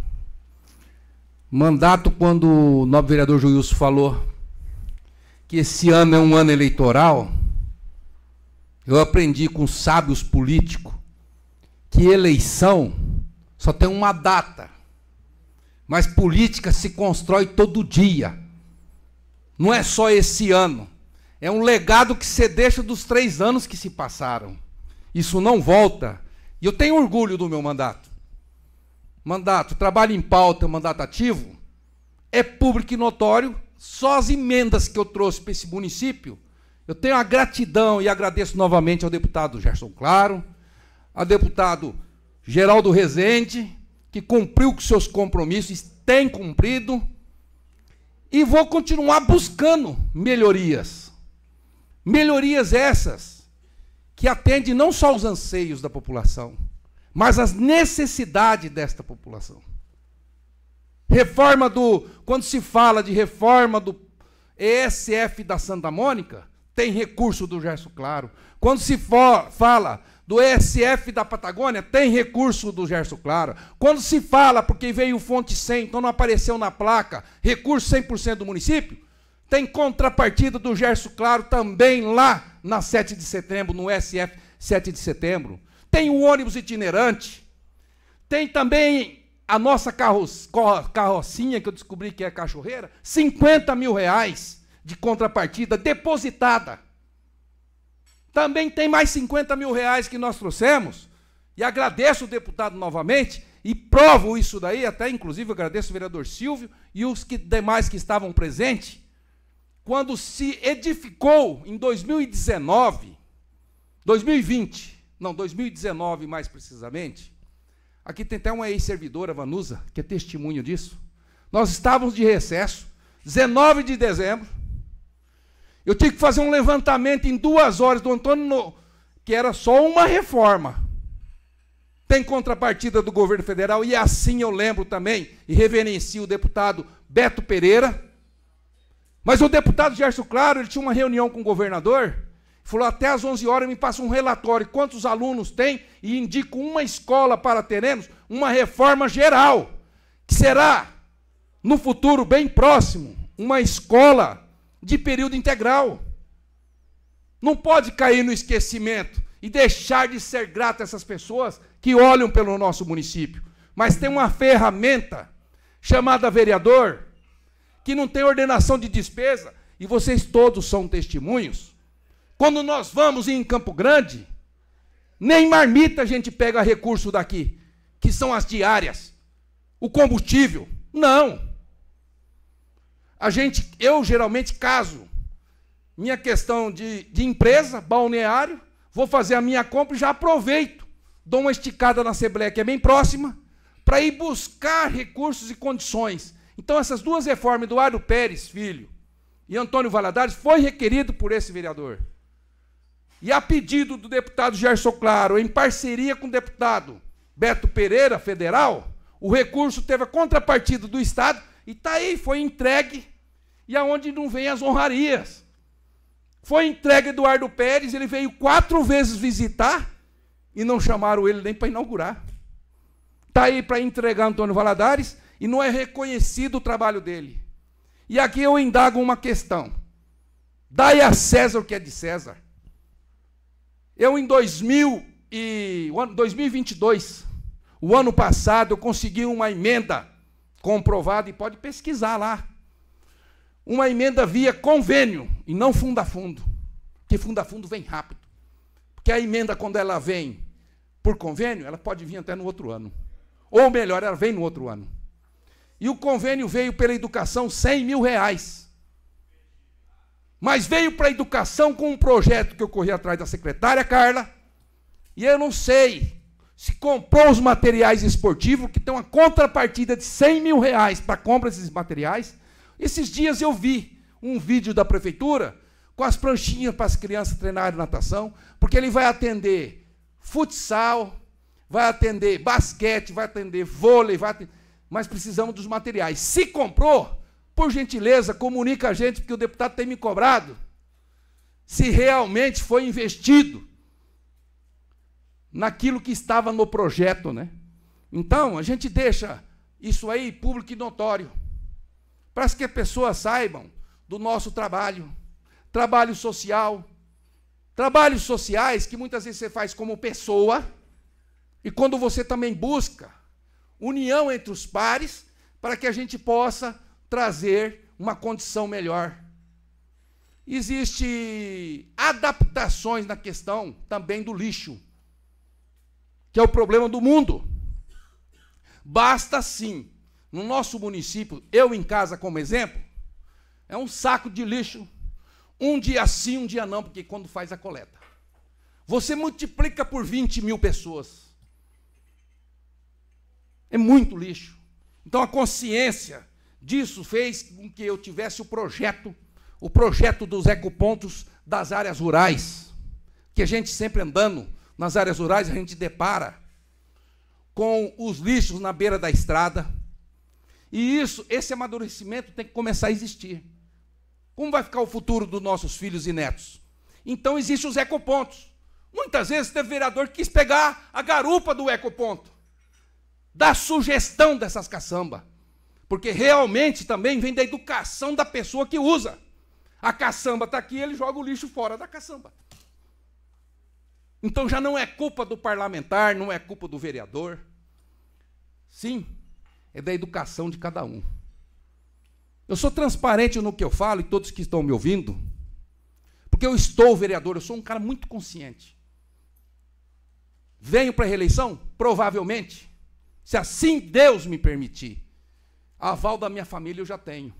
mandato, quando o nobre vereador Joilson falou que esse ano é um ano eleitoral, eu aprendi com sábios políticos que eleição só tem uma data, mas política se constrói todo dia. Não é só esse ano, é um legado que você deixa dos três anos que se passaram. Isso não volta, e eu tenho orgulho do meu mandato. Mandato, trabalho em pauta, mandato ativo, é público e notório. Só as emendas que eu trouxe para esse município, eu tenho a gratidão e agradeço novamente ao deputado Gerson Claro, ao deputado Geraldo Rezende, que cumpriu com seus compromissos, tem cumprido, e vou continuar buscando melhorias. Melhorias essas que atendem não só os anseios da população, mas as necessidades desta população. Reforma do... Quando se fala de reforma do E S F da Santa Mônica, tem recurso do Gerson Claro. Quando se for, fala do E S F da Patagônia, tem recurso do Gerson Claro. Quando se fala, porque veio o Fonte cem, então não apareceu na placa, recurso cem por cento do município, tem contrapartida do Gerson Claro também lá na sete de setembro, no E S F sete de setembro. Tem o ônibus itinerante, tem também a nossa carro, carrocinha, que eu descobri que é cachorreira, cinquenta mil reais de contrapartida depositada. Também tem mais cinquenta mil reais que nós trouxemos, e agradeço o deputado novamente, e provo isso daí, até inclusive agradeço o vereador Silvio e os que, demais que estavam presentes, quando se edificou em dois mil e dezenove, dois mil e vinte, não, dois mil e dezenove mais precisamente, aqui tem até uma ex-servidora, Vanusa, que é testemunho disso, nós estávamos de recesso, dezenove de dezembro, eu tive que fazer um levantamento em duas horas do Antônio, no, que era só uma reforma. Tem contrapartida do governo federal, e assim eu lembro também, e reverencio o deputado Beto Pereira. Mas o deputado Gerson Claro, ele tinha uma reunião com o governador, falou, até às onze horas me passa um relatório, quantos alunos tem, e indico uma escola para teremos, uma reforma geral, que será, no futuro bem próximo, uma escola de período integral. Não pode cair no esquecimento e deixar de ser grato a essas pessoas que olham pelo nosso município. Mas tem uma ferramenta chamada vereador, que não tem ordenação de despesa, e vocês todos são testemunhos. Quando nós vamos em Campo Grande, nem marmita a gente pega recurso daqui, que são as diárias, o combustível. Não. A gente, eu geralmente caso, minha questão de, de empresa, balneário, vou fazer a minha compra e já aproveito, dou uma esticada na Assembleia, que é bem próxima, para ir buscar recursos e condições. Então, essas duas reformas, Eduardo Pérez, filho, e Antônio Valadares, foi requerido por esse vereador. E a pedido do deputado Gerson Claro, em parceria com o deputado Beto Pereira, federal, o recurso teve a contrapartida do Estado, e está aí, foi entregue, e aonde não vem as honrarias. Foi entregue Eduardo Pérez, ele veio quatro vezes visitar, e não chamaram ele nem para inaugurar. Está aí para entregar Antônio Valadares, e não é reconhecido o trabalho dele. E aqui eu indago uma questão. Dai a César o que é de César. Eu, em dois mil e vinte e dois, o ano passado, eu consegui uma emenda comprovada, e pode pesquisar lá, uma emenda via convênio, e não funda-fundo, porque funda-fundo vem rápido. Porque a emenda, quando ela vem por convênio, ela pode vir até no outro ano. Ou melhor, ela vem no outro ano. E o convênio veio pela educação cem mil reais. Mas veio para a educação com um projeto que eu corri atrás da secretária Carla, e eu não sei se comprou os materiais esportivos, que tem uma contrapartida de cem mil reais para compra desses materiais. Esses dias eu vi um vídeo da prefeitura com as pranchinhas para as crianças treinarem natação, porque ele vai atender futsal, vai atender basquete, vai atender vôlei, vai atender, mas precisamos dos materiais. Se comprou, por gentileza, comunica a gente, porque o deputado tem me cobrado, se realmente foi investido naquilo que estava no projeto, né? Então, a gente deixa isso aí público e notório, para que as pessoas saibam do nosso trabalho, trabalho social, trabalhos sociais que muitas vezes você faz como pessoa, e quando você também busca união entre os pares, para que a gente possa trazer uma condição melhor. Existem adaptações na questão também do lixo, que é o problema do mundo. Basta sim, no nosso município, eu em casa como exemplo, é um saco de lixo, um dia sim, um dia não, porque quando faz a coleta, você multiplica por vinte mil pessoas. É muito lixo. Então a consciência disso fez com que eu tivesse o projeto, o projeto dos ecopontos das áreas rurais, que a gente sempre andando nas áreas rurais, a gente depara com os lixos na beira da estrada. E isso, esse amadurecimento tem que começar a existir. Como vai ficar o futuro dos nossos filhos e netos? Então, existem os ecopontos. Muitas vezes teve vereador que quis pegar a garupa do ecoponto, dar sugestão dessas caçambas, porque realmente também vem da educação da pessoa que usa. A caçamba está aqui, ele joga o lixo fora da caçamba. Então já não é culpa do parlamentar, não é culpa do vereador. Sim, é da educação de cada um. Eu sou transparente no que eu falo, e todos que estão me ouvindo, porque eu estou vereador, eu sou um cara muito consciente. Venho para a reeleição? Provavelmente, se assim Deus me permitir. Aval da minha família eu já tenho.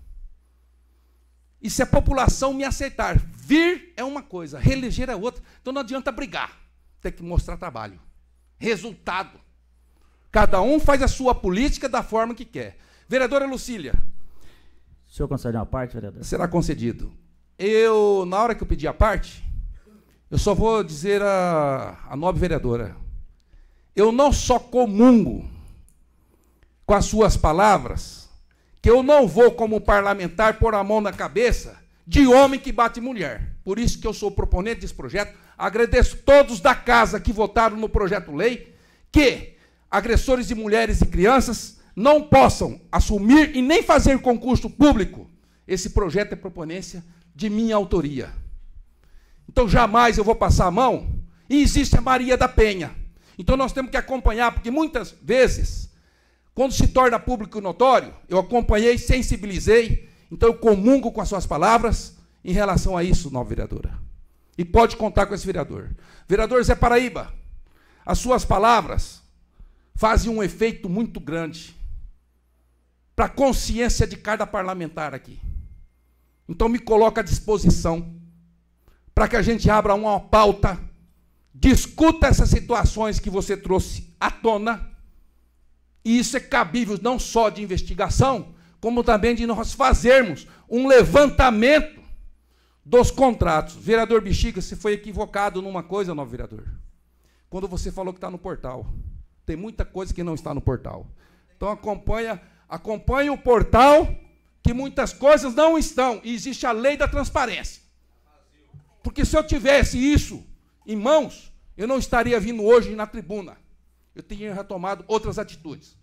E se a população me aceitar, vir é uma coisa, reeleger é outra. Então não adianta brigar, tem que mostrar trabalho, resultado. Cada um faz a sua política da forma que quer. Vereadora Lucília. O senhor concede uma parte, vereador? Será concedido. Eu, na hora que eu pedi a parte, eu só vou dizer a, a nobre vereadora, eu não só comungo com as suas palavras, que eu não vou, como parlamentar, pôr a mão na cabeça de homem que bate mulher. Por isso que eu sou proponente desse projeto. Agradeço todos da casa que votaram no projeto-lei, que agressores de mulheres e crianças não possam assumir e nem fazer concurso público. Esse projeto é proponência de minha autoria. Então, jamais eu vou passar a mão. E existe a Maria da Penha. Então, nós temos que acompanhar, porque muitas vezes, quando se torna público e notório, eu acompanhei, sensibilizei, então eu comungo com as suas palavras em relação a isso, nova vereadora. E pode contar com esse vereador. Vereador Zé Paraíba, as suas palavras fazem um efeito muito grande para a consciência de cada parlamentar aqui. Então me coloca à disposição para que a gente abra uma pauta, discuta essas situações que você trouxe à tona, e isso é cabível não só de investigação, como também de nós fazermos um levantamento dos contratos. Vereador Bexiga, você foi equivocado numa coisa, novo vereador. Quando você falou que está no portal. Tem muita coisa que não está no portal. Então acompanha, acompanha o portal, que muitas coisas não estão. E existe a lei da transparência. Porque se eu tivesse isso em mãos, eu não estaria vindo hoje na tribuna. Eu teria retomado outras atitudes.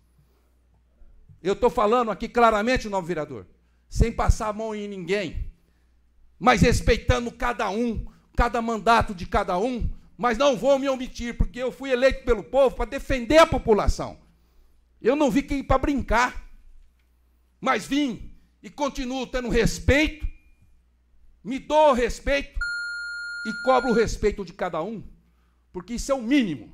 Eu estou falando aqui claramente, novo vereador, sem passar a mão em ninguém, mas respeitando cada um, cada mandato de cada um, mas não vou me omitir, porque eu fui eleito pelo povo para defender a população. Eu não vim aqui para brincar, mas vim e continuo tendo respeito, me dou respeito e cobro o respeito de cada um, porque isso é o mínimo.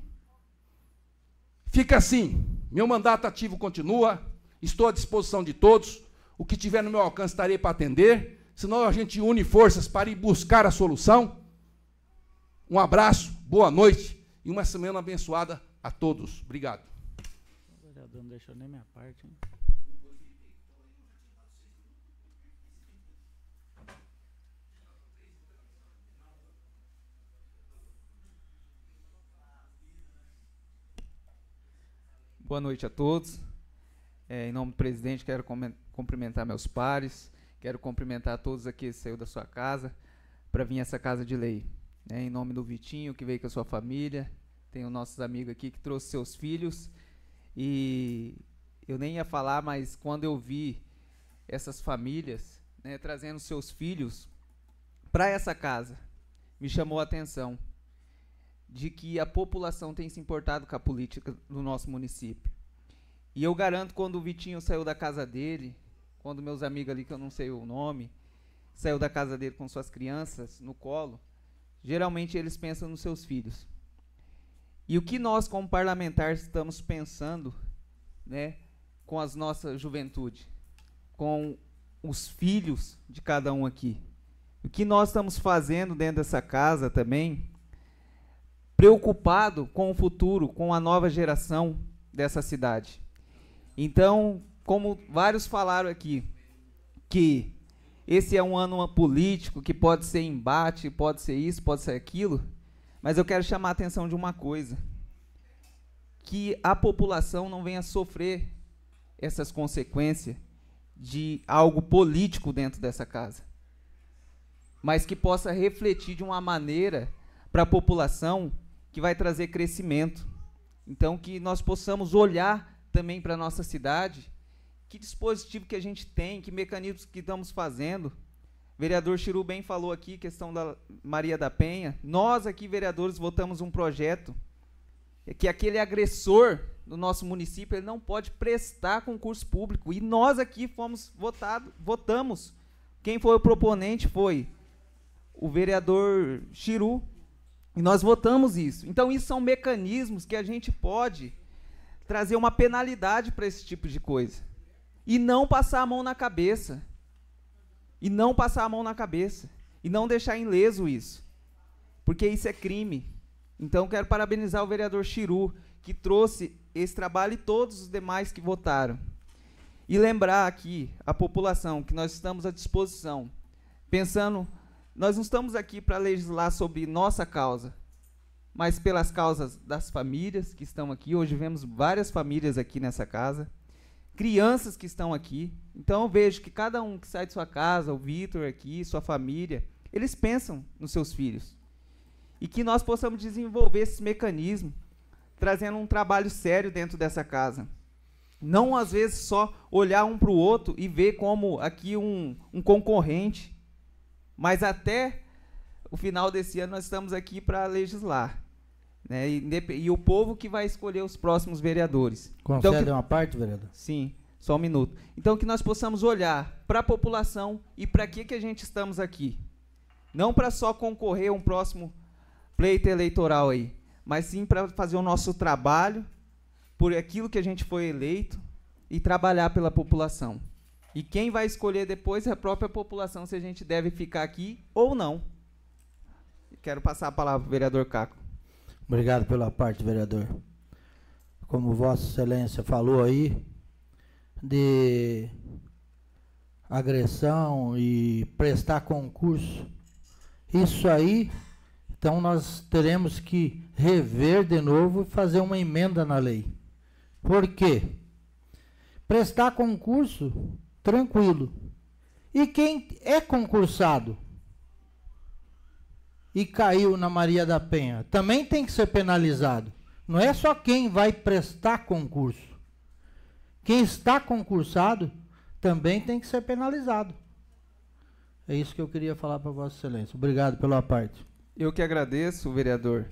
Fica assim, meu mandato ativo continua, estou à disposição de todos, o que tiver no meu alcance estarei para atender, senão a gente une forças para ir buscar a solução. Um abraço, boa noite e uma semana abençoada a todos. Obrigado. O vereador não deixou nem minha parte, hein? Boa noite a todos. É, em nome do presidente, quero cumprimentar meus pares, quero cumprimentar todos aqui que saiu da sua casa para vir a essa casa de lei. É, em nome do Vitinho, que veio com a sua família, tem os nossos amigos aqui que trouxe seus filhos, e eu nem ia falar, mas quando eu vi essas famílias, né, trazendo seus filhos para essa casa, me chamou a atenção de que a população tem se importado com a política do nosso município. E eu garanto, quando o Vitinho saiu da casa dele, quando meus amigos ali, que eu não sei o nome, saiu da casa dele com suas crianças no colo, geralmente eles pensam nos seus filhos. E o que nós, como parlamentares, estamos pensando, né, com as nossas juventude, com os filhos de cada um aqui? O que nós estamos fazendo dentro dessa casa também, preocupado com o futuro, com a nova geração dessa cidade. Então, como vários falaram aqui, que esse é um ano político, que pode ser embate, pode ser isso, pode ser aquilo, mas eu quero chamar a atenção de uma coisa, que a população não venha sofrer essas consequências de algo político dentro dessa casa, mas que possa refletir de uma maneira para a população que vai trazer crescimento. Então, que nós possamos olhar também para a nossa cidade, que dispositivo que a gente tem, que mecanismos que estamos fazendo. O vereador Chiru bem falou aqui, questão da Maria da Penha. Nós aqui, vereadores, votamos um projeto que aquele agressor do nosso município ele não pode prestar concurso público. E nós aqui fomos votados, votamos. Quem foi o proponente foi o vereador Chiru. E nós votamos isso. Então, isso são mecanismos que a gente pode trazer uma penalidade para esse tipo de coisa. E não passar a mão na cabeça. E não passar a mão na cabeça. E não deixar ileso isso. Porque isso é crime. Então, quero parabenizar o vereador Chiru, que trouxe esse trabalho, e todos os demais que votaram. E lembrar aqui a população que nós estamos à disposição. Pensando, nós não estamos aqui para legislar sobre nossa causa, mas pelas causas das famílias que estão aqui. Hoje vemos várias famílias aqui nessa casa. Crianças que estão aqui. Então eu vejo que cada um que sai de sua casa, o Vitor aqui, sua família, eles pensam nos seus filhos. E que nós possamos desenvolver esses mecanismos, trazendo um trabalho sério dentro dessa casa. Não, às vezes, só olhar um para o outro e ver como aqui um, um concorrente. Mas até o final desse ano nós estamos aqui para legislar. Né? E, e o povo que vai escolher os próximos vereadores. Concede então, que, uma parte, vereador? Sim, só um minuto. Então, que nós possamos olhar para a população e para que, que a gente estamos aqui. Não para só concorrer a um próximo pleito eleitoral aí, mas sim para fazer o nosso trabalho por aquilo que a gente foi eleito e trabalhar pela população. E quem vai escolher depois é a própria população se a gente deve ficar aqui ou não. Quero passar a palavra para o vereador Caco. Obrigado pela parte, vereador. Como Vossa Excelência falou aí, de agressão e prestar concurso, isso aí, então nós teremos que rever de novo e fazer uma emenda na lei. Por quê? Prestar concurso, tranquilo. E quem é concursado e caiu na Maria da Penha, também tem que ser penalizado. Não é só quem vai prestar concurso. Quem está concursado também tem que ser penalizado. É isso que eu queria falar para Vossa Excelência. Obrigado pela parte. Eu que agradeço, vereador.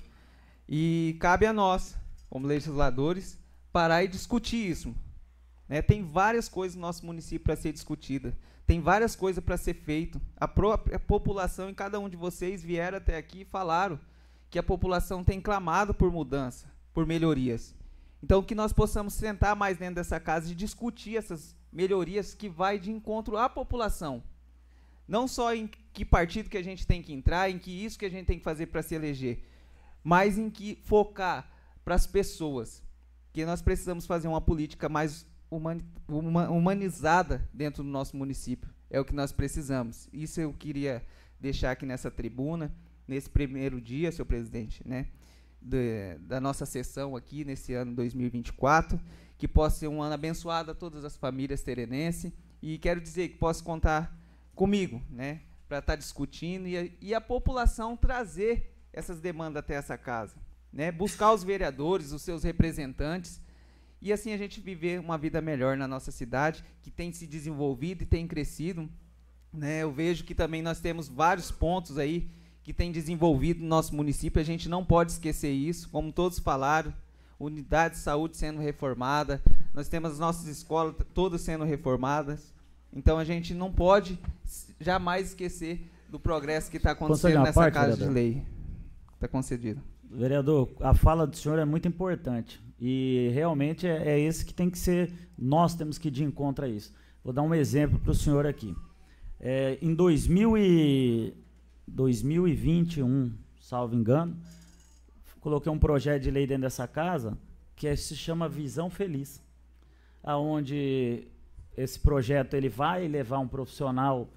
E cabe a nós, como legisladores, parar e discutir isso. Né? Tem várias coisas no nosso município para ser discutida. Tem várias coisas para ser feito. A própria população e cada um de vocês vieram até aqui e falaram que a população tem clamado por mudança, por melhorias. Então, que nós possamos sentar mais dentro dessa casa e discutir essas melhorias que vai de encontro à população. Não só em que partido que a gente tem que entrar, em que isso que a gente tem que fazer para se eleger, mas em que focar para as pessoas. Que nós precisamos fazer uma política mais humani uma, humanizada dentro do nosso município. É o que nós precisamos. Isso eu queria deixar aqui nessa tribuna, nesse primeiro dia, senhor presidente, né, de, da nossa sessão aqui, nesse ano dois mil e vinte e quatro, que possa ser um ano abençoado a todas as famílias terenenses, e quero dizer que posso contar comigo, né, para estar discutindo e a, e a população trazer essas demandas até essa casa, né, buscar os vereadores, os seus representantes, e assim a gente viver uma vida melhor na nossa cidade, que tem se desenvolvido e tem crescido, né. Eu vejo que também nós temos vários pontos aí que tem desenvolvido no nosso município, a gente não pode esquecer isso, como todos falaram, unidade de saúde sendo reformada, nós temos as nossas escolas todas sendo reformadas. Então a gente não pode jamais esquecer do progresso que está acontecendo nessa parte, casa vereador? De lei. Está concedido. Vereador, a fala do senhor é muito importante. E realmente é, é esse que tem que ser, nós temos que ir de encontro a isso. Vou dar um exemplo para o senhor aqui. É, em dois mil e vinte e um, salvo engano, coloquei um projeto de lei dentro dessa casa que é, se chama Visão Feliz, aonde esse projeto ele vai levar um profissional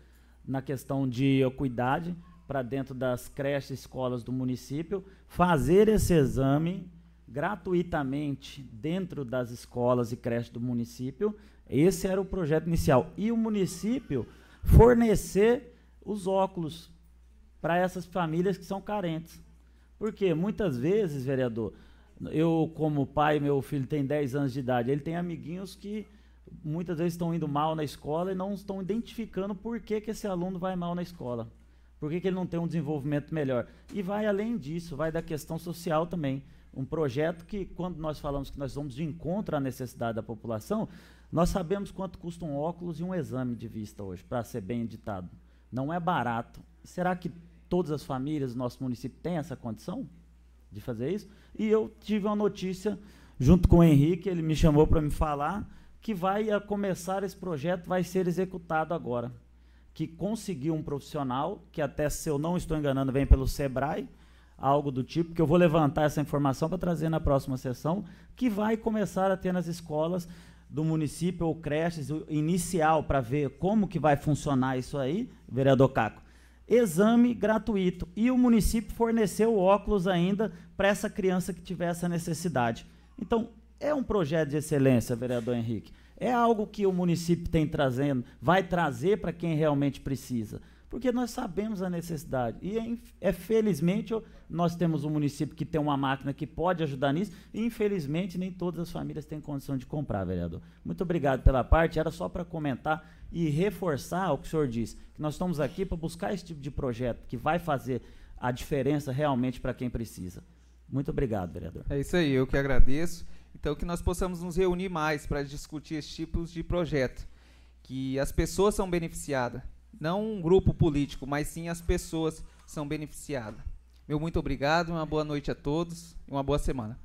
na questão de equidade para dentro das creches e escolas do município, fazer esse exame gratuitamente dentro das escolas e creches do município. Esse era o projeto inicial. E o município fornecer os óculos para essas famílias que são carentes. Porque muitas vezes, vereador, eu como pai, meu filho tem dez anos de idade, ele tem amiguinhos que muitas vezes estão indo mal na escola e não estão identificando por que, que esse aluno vai mal na escola. Por que, que ele não tem um desenvolvimento melhor? E vai além disso, vai da questão social também. Um projeto que, quando nós falamos que nós vamos de encontro à necessidade da população, nós sabemos quanto custa um óculos e um exame de vista hoje, para ser bem ditado. Não é barato. Será que todas as famílias do nosso município têm essa condição de fazer isso? E eu tive uma notícia, junto com o Henrique, ele me chamou para me falar que vai a começar esse projeto, vai ser executado agora. Que conseguiu um profissional, que até, se eu não estou enganando, vem pelo Sebrae, algo do tipo, que eu vou levantar essa informação para trazer na próxima sessão, que vai começar a ter nas escolas do município ou creches, inicial, para ver como que vai funcionar isso aí, vereador Caco. Exame gratuito. E o município forneceu óculos ainda para essa criança que tiver essa necessidade. Então, é um projeto de excelência, vereador Henrique. É algo que o município tem trazendo, vai trazer para quem realmente precisa. Porque nós sabemos a necessidade. E, é, é, felizmente, nós temos um município que tem uma máquina que pode ajudar nisso, e, infelizmente, nem todas as famílias têm condição de comprar, vereador. Muito obrigado pela parte. Era só para comentar e reforçar o que o senhor disse, que nós estamos aqui para buscar esse tipo de projeto que vai fazer a diferença realmente para quem precisa. Muito obrigado, vereador. É isso aí, eu que agradeço. Então, que nós possamos nos reunir mais para discutir esses tipos de projeto, que as pessoas são beneficiadas, não um grupo político, mas sim as pessoas são beneficiadas. Meu muito obrigado, uma boa noite a todos e uma boa semana.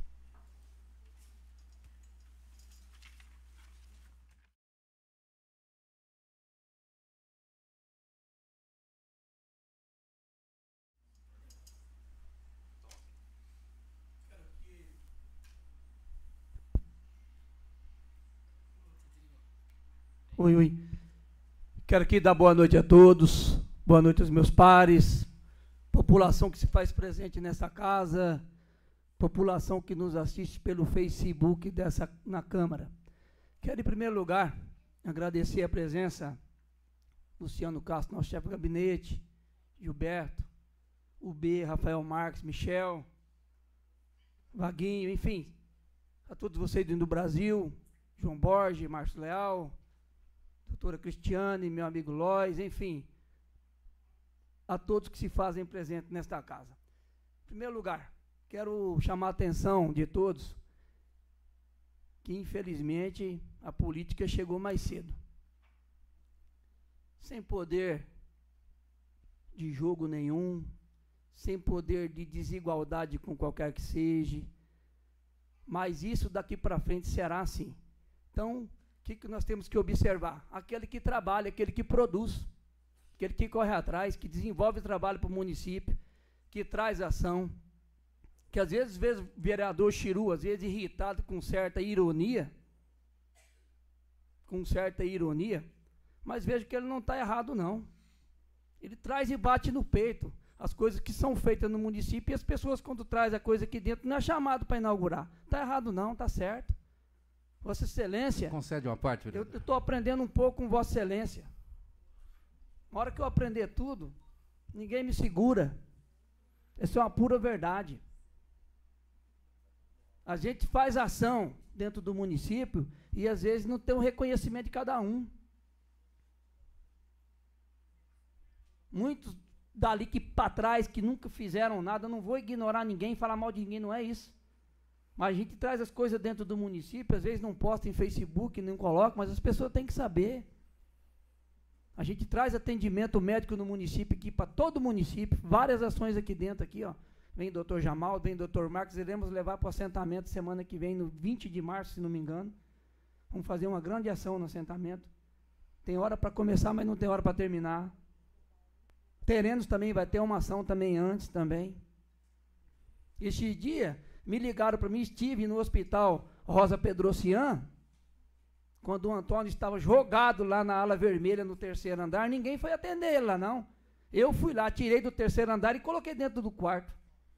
Oi, oi. Quero aqui dar boa noite a todos, boa noite aos meus pares, população que se faz presente nessa casa, população que nos assiste pelo Facebook dessa, na Câmara. Quero, em primeiro lugar, agradecer a presença do Luciano Castro, nosso chefe de gabinete, Gilberto, o B, Rafael Marques, Michel, Vaguinho, enfim, a todos vocês do Brasil, João Borges, Márcio Leal, doutora Cristiane, meu amigo Lois, enfim, a todos que se fazem presente nesta casa. Em primeiro lugar, quero chamar a atenção de todos que, infelizmente, a política chegou mais cedo. Sem poder de jogo nenhum, sem poder de desigualdade com qualquer que seja, mas isso daqui para frente será assim. Então, o que, que nós temos que observar? Aquele que trabalha, aquele que produz, aquele que corre atrás, que desenvolve trabalho para o município, que traz ação, que às vezes vê o vereador Chiru, às vezes irritado com certa ironia, com certa ironia, mas vejo que ele não está errado, não. Ele traz e bate no peito as coisas que são feitas no município, e as pessoas, quando trazem a coisa aqui dentro, não é chamado para inaugurar. Está errado, não, está certo. Vossa Excelência, concede uma parte, vereador. Eu estou aprendendo um pouco com Vossa Excelência. Na hora que eu aprender tudo, ninguém me segura. Essa é uma pura verdade. A gente faz ação dentro do município e às vezes não tem o reconhecimento de cada um. Muitos dali que para trás, que nunca fizeram nada, eu não vou ignorar ninguém, falar mal de ninguém, não é isso. Mas a gente traz as coisas dentro do município, às vezes não posta em Facebook, não coloca, mas as pessoas têm que saber. A gente traz atendimento médico no município aqui, para todo o município, várias ações aqui dentro, aqui, ó. Vem o doutor Jamal, vem o doutor Marcos, iremos levar para o assentamento semana que vem, no vinte de março, se não me engano. Vamos fazer uma grande ação no assentamento. Tem hora para começar, mas não tem hora para terminar. Terenos também, vai ter uma ação também antes também. Este dia, me ligaram para mim, estive no hospital Rosa Pedrocian, Quando o Antônio estava jogado lá na ala vermelha no terceiro andar, ninguém foi atender ele lá, não. Eu fui lá, tirei do terceiro andar e coloquei dentro do quarto.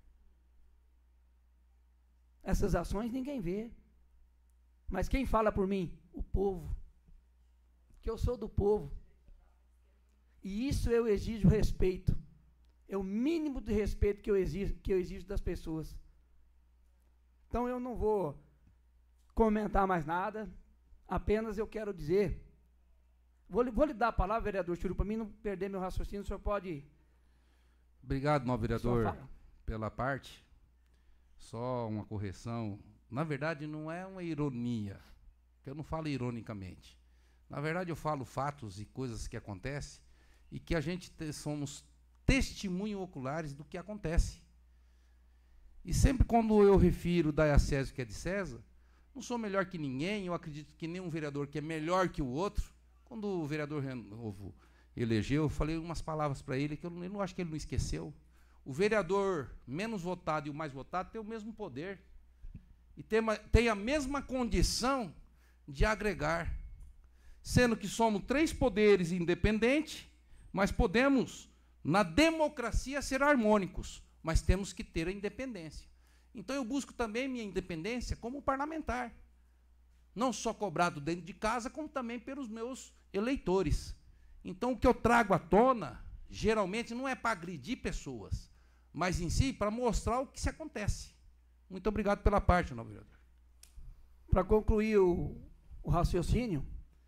Essas ações ninguém vê. Mas quem fala por mim? O povo. Que eu sou do povo. E isso eu exijo respeito. É o mínimo de respeito que eu exijo, que eu exijo das pessoas. Então eu não vou comentar mais nada. Apenas eu quero dizer, vou, vou lhe dar a palavra, vereador Churu, para mim não perder meu raciocínio, o senhor pode... Obrigado, nobre vereador, pela parte. Só uma correção. Na verdade, não é uma ironia, porque eu não falo ironicamente. Na verdade, eu falo fatos e coisas que acontecem e que a gente te, somos testemunhos oculares do que acontece. E sempre quando eu refiro da César que é de César, não sou melhor que ninguém, eu acredito que nenhum vereador que é melhor que o outro. Quando o vereador Renovo elegeu, eu falei umas palavras para ele que eu não, eu não acho que ele não esqueceu. O vereador menos votado e o mais votado tem o mesmo poder. E tem, tem a mesma condição de agregar. Sendo que somos três poderes independentes, mas podemos, na democracia, ser harmônicos. Mas temos que ter a independência. Então eu busco também minha independência como parlamentar. Não só cobrado dentro de casa, como também pelos meus eleitores. Então o que eu trago à tona, geralmente, não é para agredir pessoas, mas em si para mostrar o que se acontece. Muito obrigado pela parte, nobre vereador. Para concluir o, o raciocínio,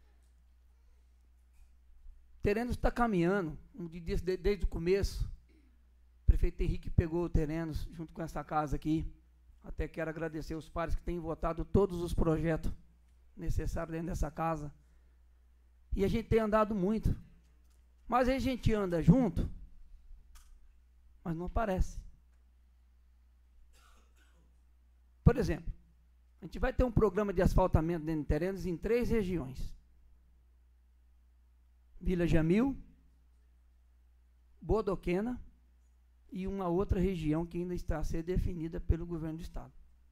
Terenos está caminhando, desde, desde o começo. O prefeito Henrique pegou o Terenos junto com essa casa aqui. Até quero agradecer os pares que têm votado todos os projetos necessários dentro dessa casa. E a gente tem andado muito. Mas a gente anda junto, mas não aparece. Por exemplo, a gente vai ter um programa de asfaltamento dentro de Terenos em três regiões. Vila Jamil, Bodoquena e uma outra região que ainda está a ser definida pelo governo do estado.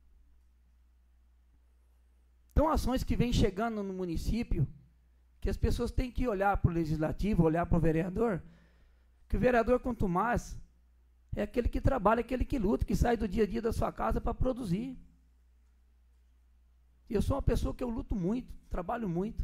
Então, ações que vêm chegando no município, que as pessoas têm que olhar para o legislativo, olhar para o vereador, que o vereador, quanto mais, é aquele que trabalha, aquele que luta, que sai do dia a dia da sua casa para produzir. E eu sou uma pessoa que eu luto muito, trabalho muito.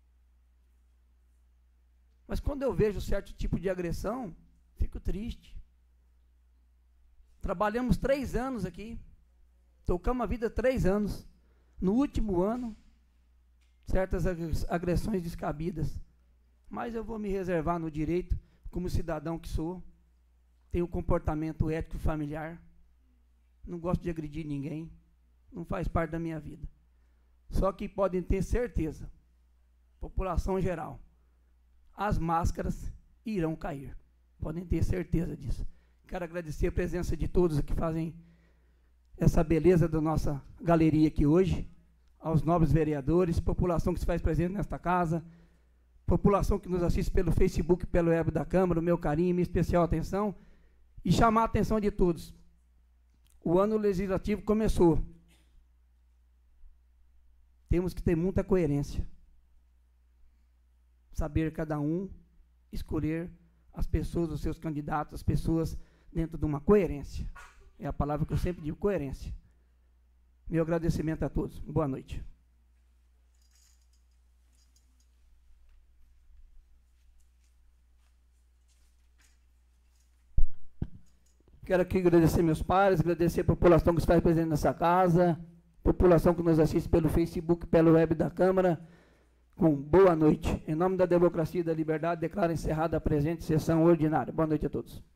Mas quando eu vejo certo tipo de agressão, fico triste. Trabalhamos três anos aqui, tocamos a vida três anos. No último ano, certas agressões descabidas. Mas eu vou me reservar no direito, como cidadão que sou. Tenho um comportamento ético familiar. Não gosto de agredir ninguém. Não faz parte da minha vida. Só que podem ter certeza, população geral, as máscaras irão cair. Podem ter certeza disso. Quero agradecer a presença de todos que fazem essa beleza da nossa galeria aqui hoje, aos nobres vereadores, população que se faz presente nesta casa, população que nos assiste pelo Facebook, pelo web da Câmara, o meu carinho e minha especial atenção, e chamar a atenção de todos. O ano legislativo começou. Temos que ter muita coerência. Saber cada um escolher as pessoas, os seus candidatos, as pessoas dentro de uma coerência. É a palavra que eu sempre digo, coerência. Meu agradecimento a todos. Boa noite. Quero aqui agradecer meus pares, agradecer a população que está presente nessa casa, população que nos assiste pelo Facebook, pelo web da Câmara, com boa noite. Em nome da democracia e da liberdade, declaro encerrada a presente sessão ordinária. Boa noite a todos.